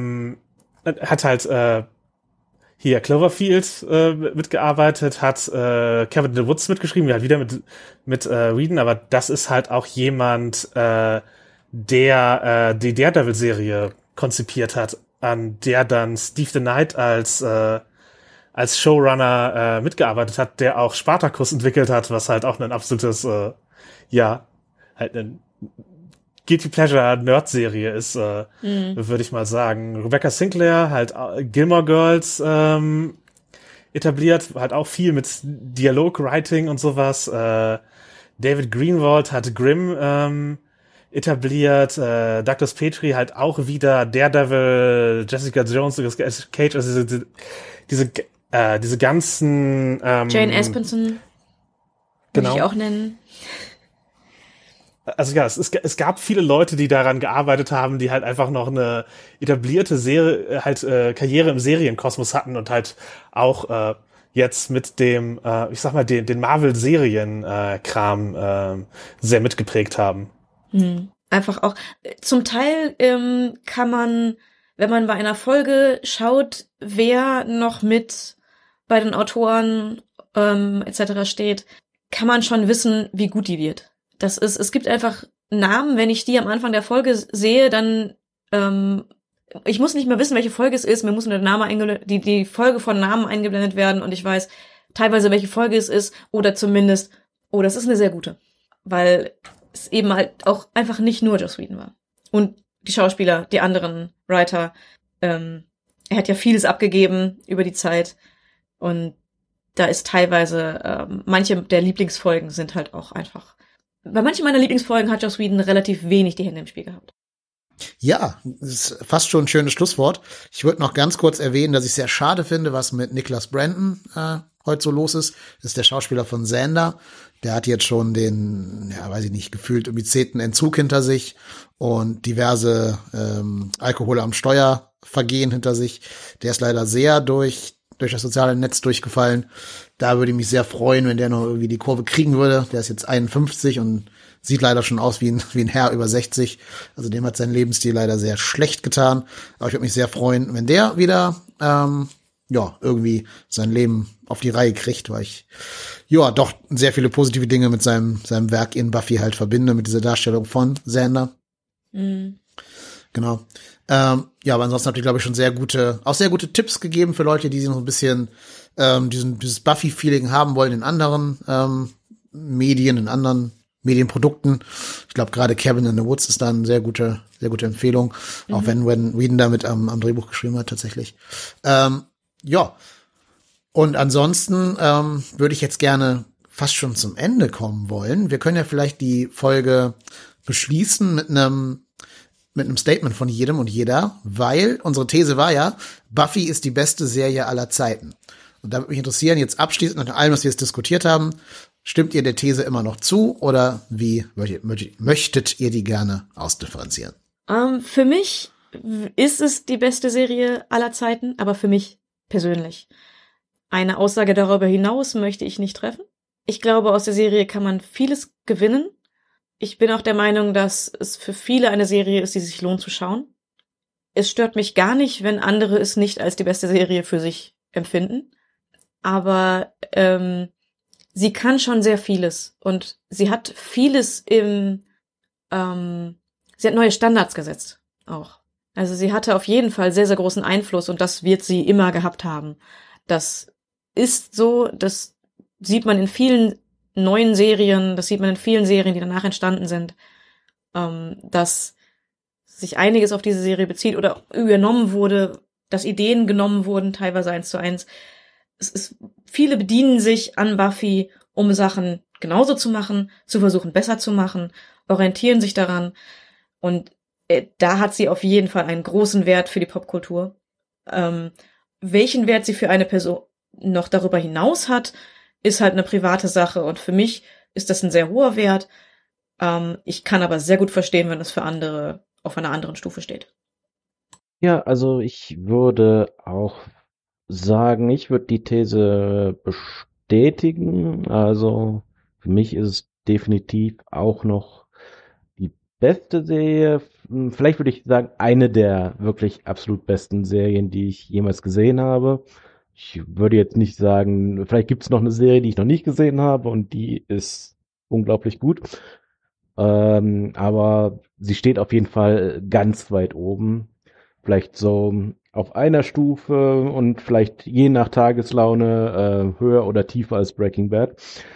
halt hier Cloverfield mitgearbeitet, hat Kevin in the Woods mitgeschrieben, halt wieder mit Whedon, aber das ist halt auch jemand, der die Daredevil-Serie konzipiert hat, an der dann Steve the Knight als Showrunner mitgearbeitet hat, der auch Spartacus entwickelt hat, was halt auch ein absolutes, halt eine Guilty Pleasure Nerd-Serie ist, würde ich mal sagen. Rebecca Sinclair, halt Gilmore Girls etabliert, halt auch viel mit Dialogwriting und sowas. David Greenwald hat Grimm etabliert, Douglas Petrie halt auch wieder Daredevil, Jessica Jones, Cage, also diese ganzen Jane Espenson würde ich auch nennen. Also es gab viele Leute, die daran gearbeitet haben, die halt einfach noch eine etablierte Serie, Karriere im Serienkosmos hatten und halt auch jetzt mit dem, den Marvel-Serien-Kram sehr mitgeprägt haben. Einfach auch, zum Teil kann man, wenn man bei einer Folge schaut, wer noch mit bei den Autoren etc. steht, kann man schon wissen, wie gut die wird. Es gibt einfach Namen, wenn ich die am Anfang der Folge sehe, dann ich muss nicht mehr wissen, welche Folge es ist, mir muss nur der Name die Folge von Namen eingeblendet werden und ich weiß teilweise, welche Folge es ist oder zumindest, das ist eine sehr gute, weil es eben halt auch einfach nicht nur Joss Whedon war. Und die Schauspieler, die anderen Writer, er hat ja vieles abgegeben über die Zeit und da ist teilweise, manche der Lieblingsfolgen sind halt auch einfach. Bei manchen meiner Lieblingsfolgen hat Joss Whedon relativ wenig die Hände im Spiel gehabt. Ja, das ist fast schon ein schönes Schlusswort. Ich würde noch ganz kurz erwähnen, dass ich sehr schade finde, was mit Nicholas Brandon heute so los ist. Das ist der Schauspieler von Xander. Der hat jetzt schon den, gefühlt irgendwie 10. Entzug hinter sich und diverse Alkohol am Steuervergehen hinter sich. Der ist leider sehr durch das soziale Netz durchgefallen. Da würde ich mich sehr freuen, wenn der noch irgendwie die Kurve kriegen würde. Der ist jetzt 51 und sieht leider schon aus wie ein Herr über 60. Also dem hat sein Lebensstil leider sehr schlecht getan. Aber ich würde mich sehr freuen, wenn der wieder irgendwie sein Leben auf die Reihe kriegt, weil ich doch sehr viele positive Dinge mit seinem Werk in Buffy halt verbinde, mit dieser Darstellung von Xander. Mhm. Genau. Aber ansonsten habt ihr, glaube ich, schon sehr gute Tipps gegeben für Leute, die noch ein bisschen dieses Buffy-Feeling haben wollen in anderen Medien, in anderen Medienprodukten. Ich glaube, gerade Cabin in the Woods ist da eine sehr gute Empfehlung, auch wenn Whedon damit am Drehbuch geschrieben hat, tatsächlich. Und ansonsten würde ich jetzt gerne fast schon zum Ende kommen wollen. Wir können ja vielleicht die Folge beschließen mit einem Statement von jedem und jeder, weil unsere These war ja, Buffy ist die beste Serie aller Zeiten. Und da würde mich interessieren, jetzt abschließend nach allem, was wir jetzt diskutiert haben, stimmt ihr der These immer noch zu oder wie möchtet ihr die gerne ausdifferenzieren? Für mich ist es die beste Serie aller Zeiten, aber für mich persönlich. Eine Aussage darüber hinaus möchte ich nicht treffen. Ich glaube, aus der Serie kann man vieles gewinnen. Ich bin auch der Meinung, dass es für viele eine Serie ist, die sich lohnt zu schauen. Es stört mich gar nicht, wenn andere es nicht als die beste Serie für sich empfinden. Aber sie kann schon sehr vieles. Und sie hat vieles sie hat neue Standards gesetzt auch. Also sie hatte auf jeden Fall sehr, sehr großen Einfluss und das wird sie immer gehabt haben. Das ist so, das sieht man in vielen neuen Serien, das sieht man in vielen Serien, die danach entstanden sind, dass sich einiges auf diese Serie bezieht oder übernommen wurde, dass Ideen genommen wurden, teilweise 1:1. Viele bedienen sich an Buffy, um Sachen genauso zu machen, zu versuchen, besser zu machen, orientieren sich daran. Und da hat sie auf jeden Fall einen großen Wert für die Popkultur. Welchen Wert sie für eine Person noch darüber hinaus hat, ist halt eine private Sache. Und für mich ist das ein sehr hoher Wert. Ich kann aber sehr gut verstehen, wenn es für andere auf einer anderen Stufe steht. Ja, also ich würde auch sagen, ich würde die These bestätigen. Also für mich ist es definitiv auch noch die beste Serie. Vielleicht würde ich sagen, eine der wirklich absolut besten Serien, die ich jemals gesehen habe. Ich würde jetzt nicht sagen, vielleicht gibt es noch eine Serie, die ich noch nicht gesehen habe und die ist unglaublich gut. Aber sie steht auf jeden Fall ganz weit oben. Vielleicht so auf einer Stufe und vielleicht je nach Tageslaune höher oder tiefer als Breaking Bad.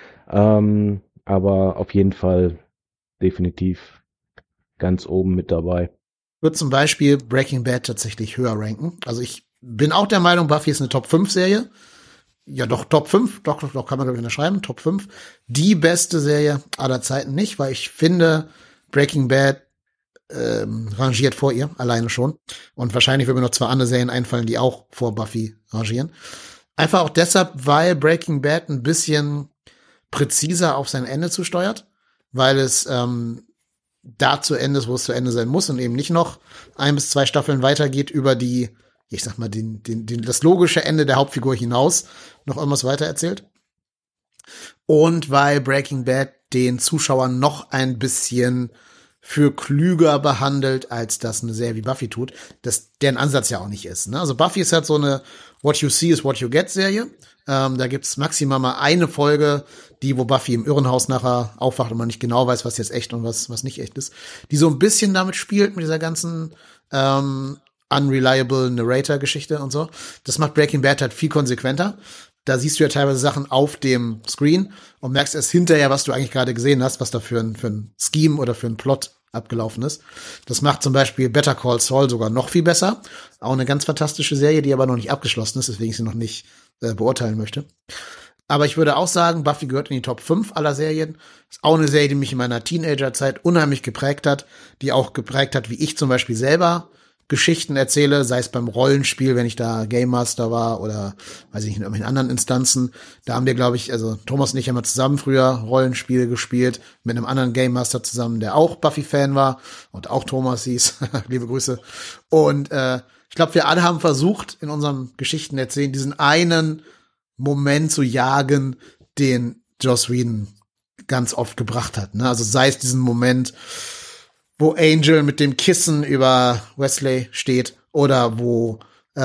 Aber auf jeden Fall definitiv ganz oben mit dabei. Ich würde zum Beispiel Breaking Bad tatsächlich höher ranken. Also ich bin auch der Meinung, Buffy ist eine Top-5-Serie. Ja, doch, Top 5, doch, kann man, glaube ich, unterschreiben, Top 5. Die beste Serie aller Zeiten nicht, weil ich finde, Breaking Bad rangiert vor ihr, alleine schon. Und wahrscheinlich würden mir noch 2 andere Serien einfallen, die auch vor Buffy rangieren. Einfach auch deshalb, weil Breaking Bad ein bisschen präziser auf sein Ende zusteuert, weil es da zu Ende ist, wo es zu Ende sein muss und eben nicht noch 1 bis 2 Staffeln weitergeht über die, ich sag mal, das logische Ende der Hauptfigur hinaus noch irgendwas weiter erzählt. Und weil Breaking Bad den Zuschauern noch ein bisschen für klüger behandelt, als das eine Serie wie Buffy tut, deren Ansatz ja auch nicht ist. Ne? Also Buffy ist halt so eine What you see is what you get Serie. Da gibt's maximal mal eine Folge, wo Buffy im Irrenhaus nachher aufwacht und man nicht genau weiß, was jetzt echt und was nicht echt ist. Die so ein bisschen damit spielt, mit dieser ganzen unreliable Narrator-Geschichte und so. Das macht Breaking Bad halt viel konsequenter. Da siehst du ja teilweise Sachen auf dem Screen und merkst erst hinterher, was du eigentlich gerade gesehen hast, was da für ein Scheme oder für ein Plot abgelaufen ist. Das macht zum Beispiel Better Call Saul sogar noch viel besser. Auch eine ganz fantastische Serie, die aber noch nicht abgeschlossen ist, deswegen ich sie noch nicht beurteilen möchte. Aber ich würde auch sagen, Buffy gehört in die Top 5 aller Serien. Ist auch eine Serie, die mich in meiner Teenagerzeit unheimlich geprägt hat, die auch geprägt hat, wie ich zum Beispiel selber Geschichten erzähle, sei es beim Rollenspiel, wenn ich da Game Master war oder, weiß ich nicht, in irgendwelchen anderen Instanzen. Da haben wir, glaube ich, also Thomas und ich haben zusammen früher Rollenspiele gespielt, mit einem anderen Game Master zusammen, der auch Buffy-Fan war und auch Thomas hieß. Liebe Grüße. Und ich glaube, wir alle haben versucht, in unserem Geschichten erzählen, diesen einen Moment zu jagen, den Joss Whedon ganz oft gebracht hat. Ne? Also sei es diesen Moment, wo Angel mit dem Kissen über Wesley steht oder wo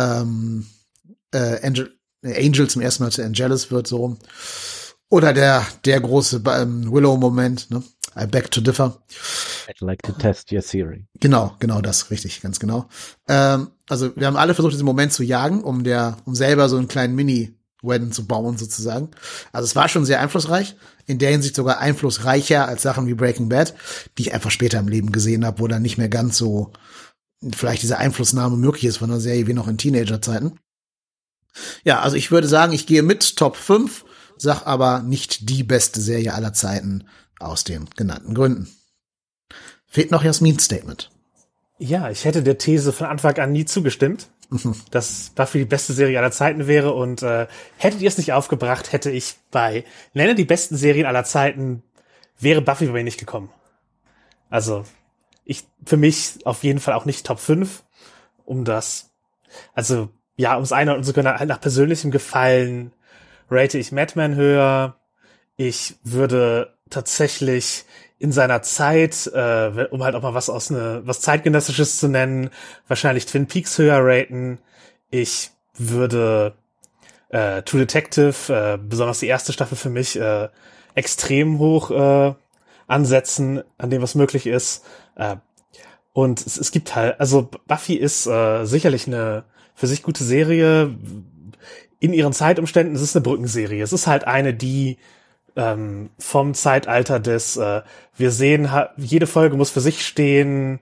Angel zum ersten Mal zu Angelus wird, so. Oder der große Willow-Moment, ne? I beg to differ. I'd like to test your theory. Genau das, richtig, ganz genau. Also wir haben alle versucht, diesen Moment zu jagen, um selber so einen kleinen Mini-Wedden zu bauen, sozusagen. Also es war schon sehr einflussreich, in der Hinsicht sogar einflussreicher als Sachen wie Breaking Bad, die ich einfach später im Leben gesehen habe, wo dann nicht mehr ganz so vielleicht diese Einflussnahme möglich ist von einer Serie wie noch in Teenagerzeiten. Ja, also ich würde sagen, ich gehe mit Top 5, sag aber nicht die beste Serie aller Zeiten aus den genannten Gründen. Fehlt noch Jasmins Statement. Ja, ich hätte der These von Anfang an nie zugestimmt. dass Buffy die beste Serie aller Zeiten wäre und hättet ihr es nicht aufgebracht, hätte ich bei nenne die besten Serien aller Zeiten, wäre Buffy bei mir nicht gekommen. Also für mich auf jeden Fall auch nicht Top 5, um es einordnen zu können, halt nach persönlichem Gefallen rate ich Mad Men höher. Ich würde tatsächlich in seiner Zeit, um halt auch mal was zeitgenössisches zu nennen, wahrscheinlich Twin Peaks höher raten. Ich würde True Detective, besonders die erste Staffel für mich, extrem hoch ansetzen, an dem was möglich ist. Und es gibt halt, also Buffy ist sicherlich eine für sich gute Serie. In ihren Zeitumständen, es ist eine Brückenserie. Es ist halt eine, die vom Zeitalter des wir sehen, jede Folge muss für sich stehen,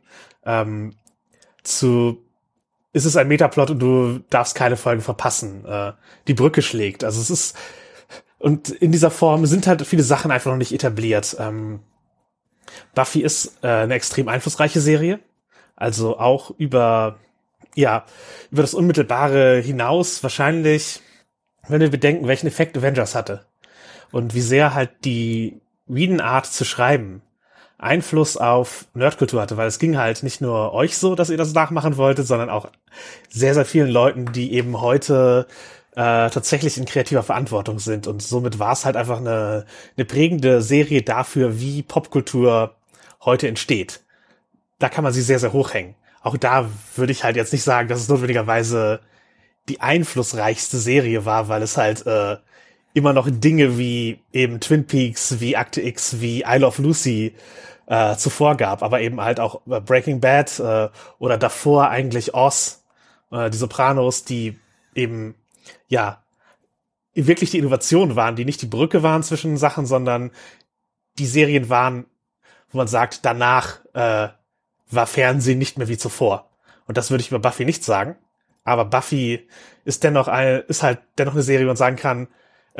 ist es ein Metaplot und du darfst keine Folgen verpassen, die Brücke schlägt. Also es ist, und in dieser Form sind halt viele Sachen einfach noch nicht etabliert. Buffy ist eine extrem einflussreiche Serie, also auch über das Unmittelbare hinaus wahrscheinlich, wenn wir bedenken, welchen Effekt Avengers hatte und wie sehr halt die Whedon-Art zu schreiben Einfluss auf Nerdkultur hatte, weil es ging halt nicht nur euch so, dass ihr das nachmachen wolltet, sondern auch sehr, sehr vielen Leuten, die eben heute tatsächlich in kreativer Verantwortung sind. Und somit war es halt einfach eine prägende Serie dafür, wie Popkultur heute entsteht. Da kann man sie sehr, sehr hochhängen. Auch da würde ich halt jetzt nicht sagen, dass es notwendigerweise die einflussreichste Serie war, weil es halt immer noch Dinge wie eben Twin Peaks, wie Akte X, wie I Love Lucy zuvor gab, aber eben halt auch Breaking Bad oder davor eigentlich Oz, die Sopranos, die eben wirklich die Innovation waren, die nicht die Brücke waren zwischen Sachen, sondern die Serien waren, wo man sagt, danach war Fernsehen nicht mehr wie zuvor. Und das würde ich über Buffy nicht sagen. Aber Buffy ist halt dennoch eine Serie, wo man sagen kann,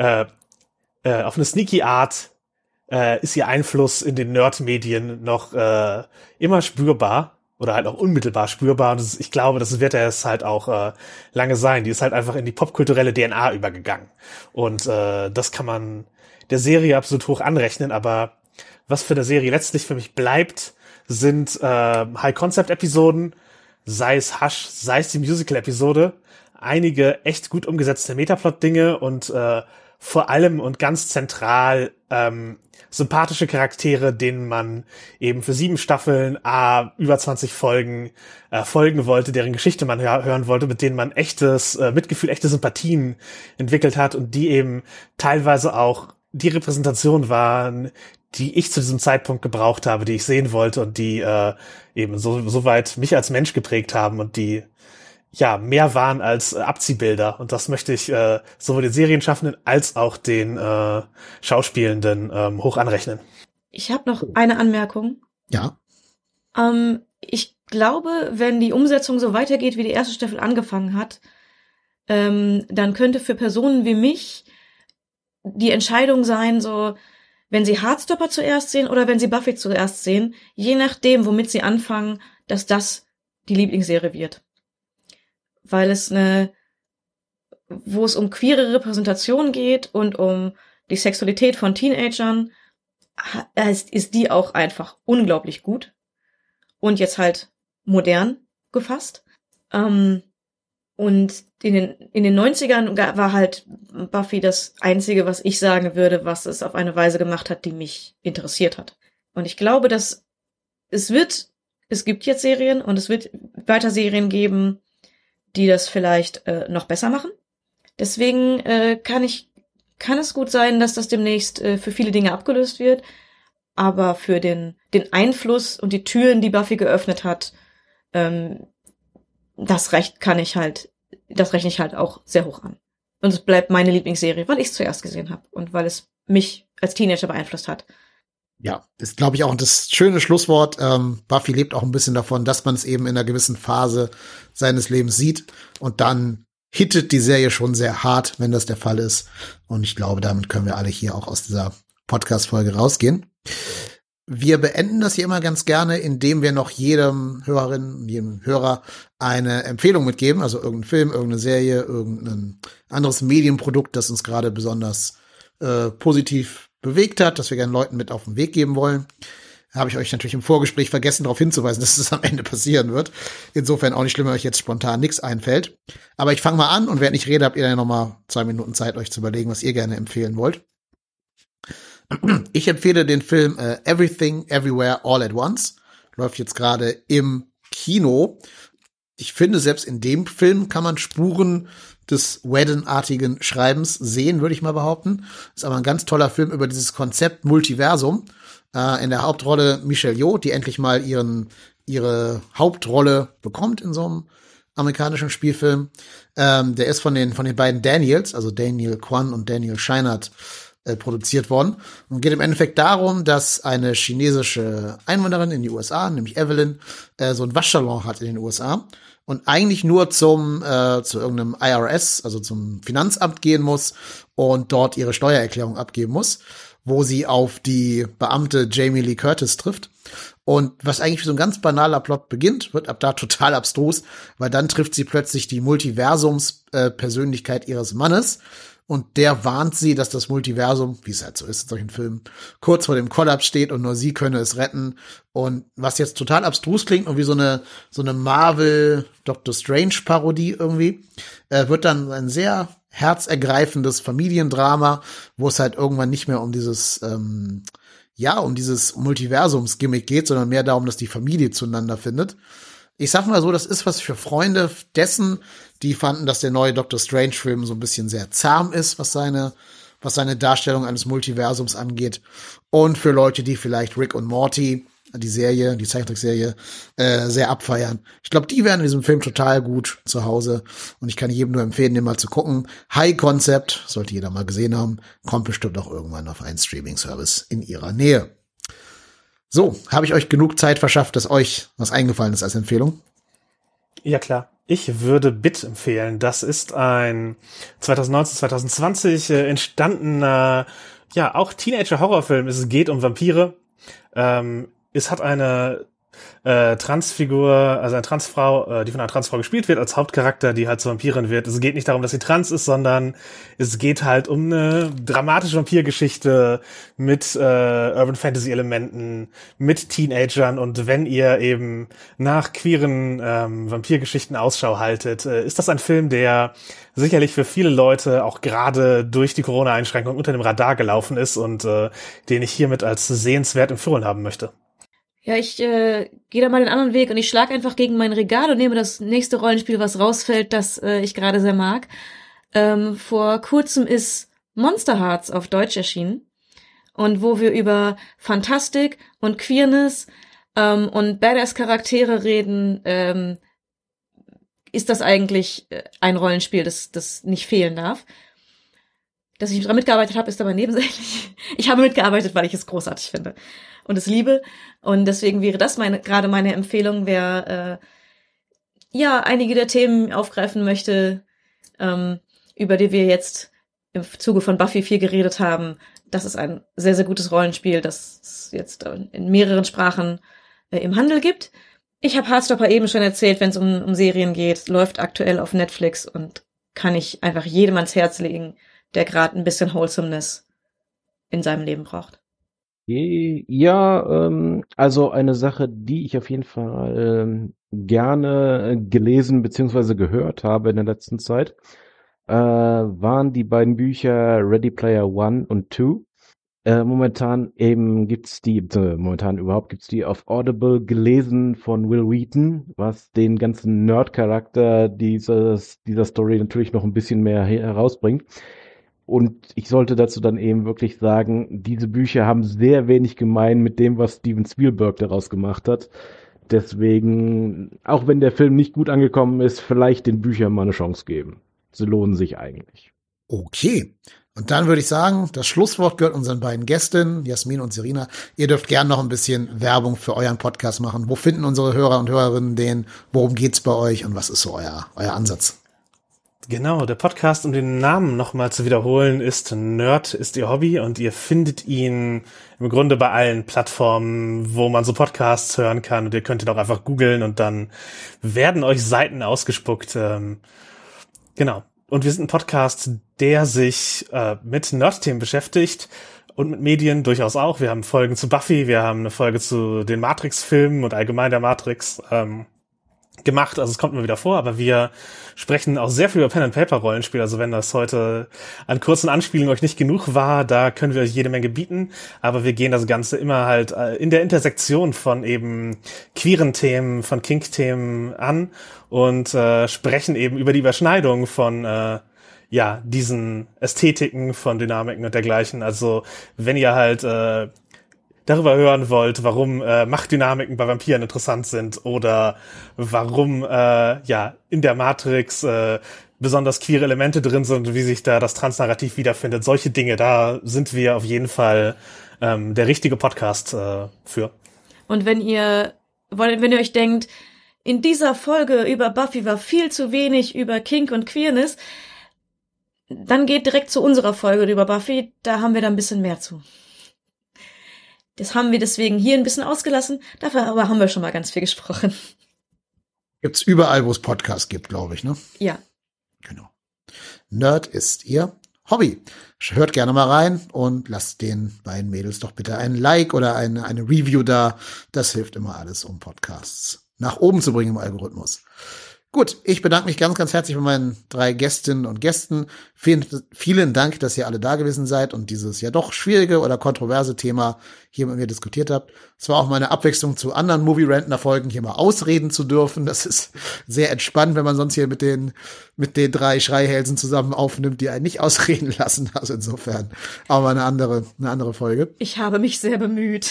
auf eine sneaky Art ist ihr Einfluss in den Nerd-Medien noch immer spürbar oder halt auch unmittelbar spürbar. Und ich glaube, das wird es halt auch lange sein. Die ist halt einfach in die popkulturelle DNA übergegangen. Und das kann man der Serie absolut hoch anrechnen. Aber was für eine Serie letztlich für mich bleibt, sind High-Concept-Episoden, sei es Hush, sei es die Musical-Episode, einige echt gut umgesetzte Metaplot-Dinge und vor allem und ganz zentral sympathische Charaktere, denen man eben für 7 Staffeln, über 20 Folgen folgen wollte, deren Geschichte man hören wollte, mit denen man echtes Mitgefühl, echte Sympathien entwickelt hat und die eben teilweise auch die Repräsentation waren, die ich zu diesem Zeitpunkt gebraucht habe, die ich sehen wollte und die eben so weit mich als Mensch geprägt haben und die mehr waren als Abziehbilder. Und das möchte ich sowohl den Serienschaffenden als auch den Schauspielenden hoch anrechnen. Ich habe noch eine Anmerkung. Ja. Ich glaube, wenn die Umsetzung so weitergeht, wie die erste Staffel angefangen hat, dann könnte für Personen wie mich die Entscheidung sein, so, wenn sie Heartstopper zuerst sehen oder wenn sie Buffy zuerst sehen, je nachdem, womit sie anfangen, dass das die Lieblingsserie wird. Weil wo es um queere Repräsentation geht und um die Sexualität von Teenagern, ist die auch einfach unglaublich gut. Und jetzt halt modern gefasst. Und in den 90ern war halt Buffy das Einzige, was ich sagen würde, was es auf eine Weise gemacht hat, die mich interessiert hat. Und ich glaube, dass es gibt jetzt Serien und es wird weiter Serien geben, die das vielleicht noch besser machen. Deswegen kann es gut sein, dass das demnächst für viele Dinge abgelöst wird. Aber für den Einfluss und die Türen, die Buffy geöffnet hat, das rechne ich halt auch sehr hoch an. Und es bleibt meine Lieblingsserie, weil ich es zuerst gesehen habe und weil es mich als Teenager beeinflusst hat. Ja, ist, glaube ich, auch das schöne Schlusswort. Buffy lebt auch ein bisschen davon, dass man es eben in einer gewissen Phase seines Lebens sieht. Und dann hittet die Serie schon sehr hart, wenn das der Fall ist. Und ich glaube, damit können wir alle hier auch aus dieser Podcast-Folge rausgehen. Wir beenden das hier immer ganz gerne, indem wir noch jedem Hörerin, jedem Hörer eine Empfehlung mitgeben, also irgendein Film, irgendeine Serie, irgendein anderes Medienprodukt, das uns gerade besonders positiv bewegt hat, das wir gerne Leuten mit auf den Weg geben wollen. Habe ich euch natürlich im Vorgespräch vergessen, darauf hinzuweisen, dass es am Ende passieren wird. Insofern auch nicht schlimm, wenn euch jetzt spontan nichts einfällt. Aber ich fange mal an und während ich rede, habt ihr dann noch mal 2 Minuten Zeit, euch zu überlegen, was ihr gerne empfehlen wollt. Ich empfehle den Film Everything, Everywhere, All at Once. Läuft jetzt gerade im Kino. Ich finde, selbst in dem Film kann man Spuren des Whedon-artigen Schreibens sehen, würde ich mal behaupten. Ist aber ein ganz toller Film über dieses Konzept Multiversum. In der Hauptrolle Michelle Yeoh, die endlich mal ihre Hauptrolle bekommt in so einem amerikanischen Spielfilm. Der ist von den beiden Daniels, also Daniel Kwan und Daniel Scheinert, produziert worden und geht im Endeffekt darum, dass eine chinesische Einwanderin in die USA, nämlich Evelyn, so ein Waschsalon hat in den USA und eigentlich nur zu irgendeinem IRS, also zum Finanzamt gehen muss und dort ihre Steuererklärung abgeben muss, wo sie auf die Beamte Jamie Lee Curtis trifft. Und was eigentlich wie so ein ganz banaler Plot beginnt, wird ab da total abstrus, weil dann trifft sie plötzlich die Multiversums-Persönlichkeit ihres Mannes. Und der warnt sie, dass das Multiversum, wie es halt so ist in solchen Filmen, kurz vor dem Kollaps steht und nur sie könne es retten. Und was jetzt total abstrus klingt und wie so eine Marvel Doctor Strange Parodie irgendwie, wird dann ein sehr herzergreifendes Familiendrama, wo es halt irgendwann nicht mehr um dieses Multiversums-Gimmick geht, sondern mehr darum, dass die Familie zueinander findet. Ich sag mal so, das ist was für Freunde dessen, die fanden, dass der neue Doctor Strange-Film so ein bisschen sehr zahm ist, was seine Darstellung eines Multiversums angeht. Und für Leute, die vielleicht Rick und Morty, die Zeichentrickserie, sehr abfeiern. Ich glaube, die wären in diesem Film total gut zu Hause. Und ich kann jedem nur empfehlen, den mal zu gucken. High Concept, sollte jeder mal gesehen haben, kommt bestimmt auch irgendwann auf einen Streaming-Service in ihrer Nähe. So, habe ich euch genug Zeit verschafft, dass euch was eingefallen ist als Empfehlung? Ja, klar. Ich würde Bit empfehlen. Das ist ein 2019-2020 entstandener, auch Teenager-Horrorfilm. Es geht um Vampire. Es hat eine Transfigur, also eine Transfrau, die von einer Transfrau gespielt wird, als Hauptcharakter, die halt zur Vampirin wird. Es geht nicht darum, dass sie trans ist, sondern es geht halt um eine dramatische Vampirgeschichte mit Urban Fantasy Elementen, mit Teenagern, und wenn ihr eben nach queeren Vampirgeschichten Ausschau haltet, ist das ein Film, der sicherlich für viele Leute auch gerade durch die Corona-Einschränkung unter dem Radar gelaufen ist und den ich hiermit als sehenswert empfohlen haben möchte. Ja, ich gehe da mal den anderen Weg und ich schlage einfach gegen mein Regal und nehme das nächste Rollenspiel, was rausfällt, das ich gerade sehr mag. Vor kurzem ist Monster Hearts auf Deutsch erschienen und wo wir über Fantastik und Queerness und Badass-Charaktere reden, ist das eigentlich ein Rollenspiel, das nicht fehlen darf. Dass ich daran mitgearbeitet habe, ist aber nebensächlich. Ich habe mitgearbeitet, weil ich es großartig finde und es liebe. Und deswegen wäre das gerade meine Empfehlung, wer einige der Themen aufgreifen möchte, über die wir jetzt im Zuge von Buffy 4 geredet haben. Das ist ein sehr, sehr gutes Rollenspiel, das es jetzt in mehreren Sprachen im Handel gibt. Ich habe Heartstopper eben schon erzählt, wenn es um Serien geht, läuft aktuell auf Netflix und kann ich einfach jedem ans Herz legen, der gerade ein bisschen Wholesomeness in seinem Leben braucht. Ja, also eine Sache, die ich auf jeden Fall gerne gelesen bzw. gehört habe in der letzten Zeit, waren die beiden Bücher Ready Player One und Two. Momentan gibt's die auf Audible gelesen von Will Wheaton, was den ganzen Nerd-Charakter dieser Story natürlich noch ein bisschen mehr herausbringt. Und ich sollte dazu dann eben wirklich sagen, diese Bücher haben sehr wenig gemein mit dem, was Steven Spielberg daraus gemacht hat. Deswegen, auch wenn der Film nicht gut angekommen ist, vielleicht den Büchern mal eine Chance geben. Sie lohnen sich eigentlich. Okay. Und dann würde ich sagen, das Schlusswort gehört unseren beiden Gästinnen, Jasmin und Serena. Ihr dürft gern noch ein bisschen Werbung für euren Podcast machen. Wo finden unsere Hörer und Hörerinnen den? Worum geht's bei euch? Und was ist so euer Ansatz? Genau, der Podcast, um den Namen nochmal zu wiederholen, ist Nerd ist Ihr Hobby und ihr findet ihn im Grunde bei allen Plattformen, wo man so Podcasts hören kann und ihr könnt ihn auch einfach googeln und dann werden euch Seiten ausgespuckt. Genau. Und wir sind ein Podcast, der sich mit Nerd-Themen beschäftigt und mit Medien durchaus auch. Wir haben Folgen zu Buffy, wir haben eine Folge zu den Matrix-Filmen und allgemein der Matrix gemacht, also es kommt immer wieder vor, aber wir sprechen auch sehr viel über Pen-and-Paper-Rollenspiele, also wenn das heute an kurzen Anspielungen euch nicht genug war, da können wir euch jede Menge bieten, aber wir gehen das Ganze immer halt in der Intersektion von eben queeren Themen, von Kink-Themen an und sprechen eben über die Überschneidung von diesen Ästhetiken, von Dynamiken und dergleichen, also wenn ihr halt darüber hören wollt, warum Machtdynamiken bei Vampiren interessant sind oder warum in der Matrix besonders queere Elemente drin sind und wie sich da das Transnarrativ wiederfindet. Solche Dinge, da sind wir auf jeden Fall der richtige Podcast für. Und wenn ihr euch denkt, in dieser Folge über Buffy war viel zu wenig über Kink und Queerness, dann geht direkt zu unserer Folge über Buffy, da haben wir da ein bisschen mehr zu. Das haben wir deswegen hier ein bisschen ausgelassen. Dafür aber haben wir schon mal ganz viel gesprochen. Gibt's überall, wo es Podcasts gibt, glaube ich, ne? Ja. Genau. Nerd ist Ihr Hobby. Hört gerne mal rein und lasst den beiden Mädels doch bitte einen Like oder eine Review da. Das hilft immer alles, um Podcasts nach oben zu bringen im Algorithmus. Gut, ich bedanke mich ganz, ganz herzlich bei meinen 3 Gästinnen und Gästen. Vielen Dank, dass ihr alle da gewesen seid und dieses ja doch schwierige oder kontroverse Thema hier mit mir diskutiert habt. Es war auch meine Abwechslung zu anderen Movie-Rantner-Folgen, hier mal ausreden zu dürfen. Das ist sehr entspannt, wenn man sonst hier mit den 3 Schreihälsen zusammen aufnimmt, die einen nicht ausreden lassen. Also insofern auch mal eine andere Folge. Ich habe mich sehr bemüht.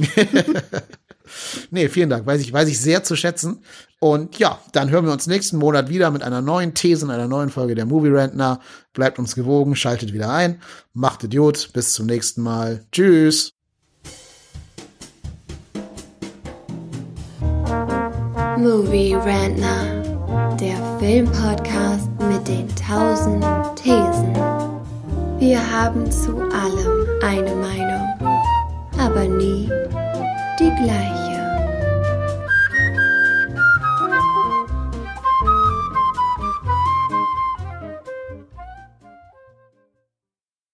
Nee, vielen Dank. Weiß ich sehr zu schätzen. Und ja, dann hören wir uns nächsten Monat wieder mit einer neuen These, in einer neuen Folge der Movie Rantner. Bleibt uns gewogen, schaltet wieder ein. Macht Idiot. Bis zum nächsten Mal. Tschüss. Movie Rantner, der Filmpodcast mit den 1000 Thesen. Wir haben zu allem eine Meinung, aber nie die gleiche.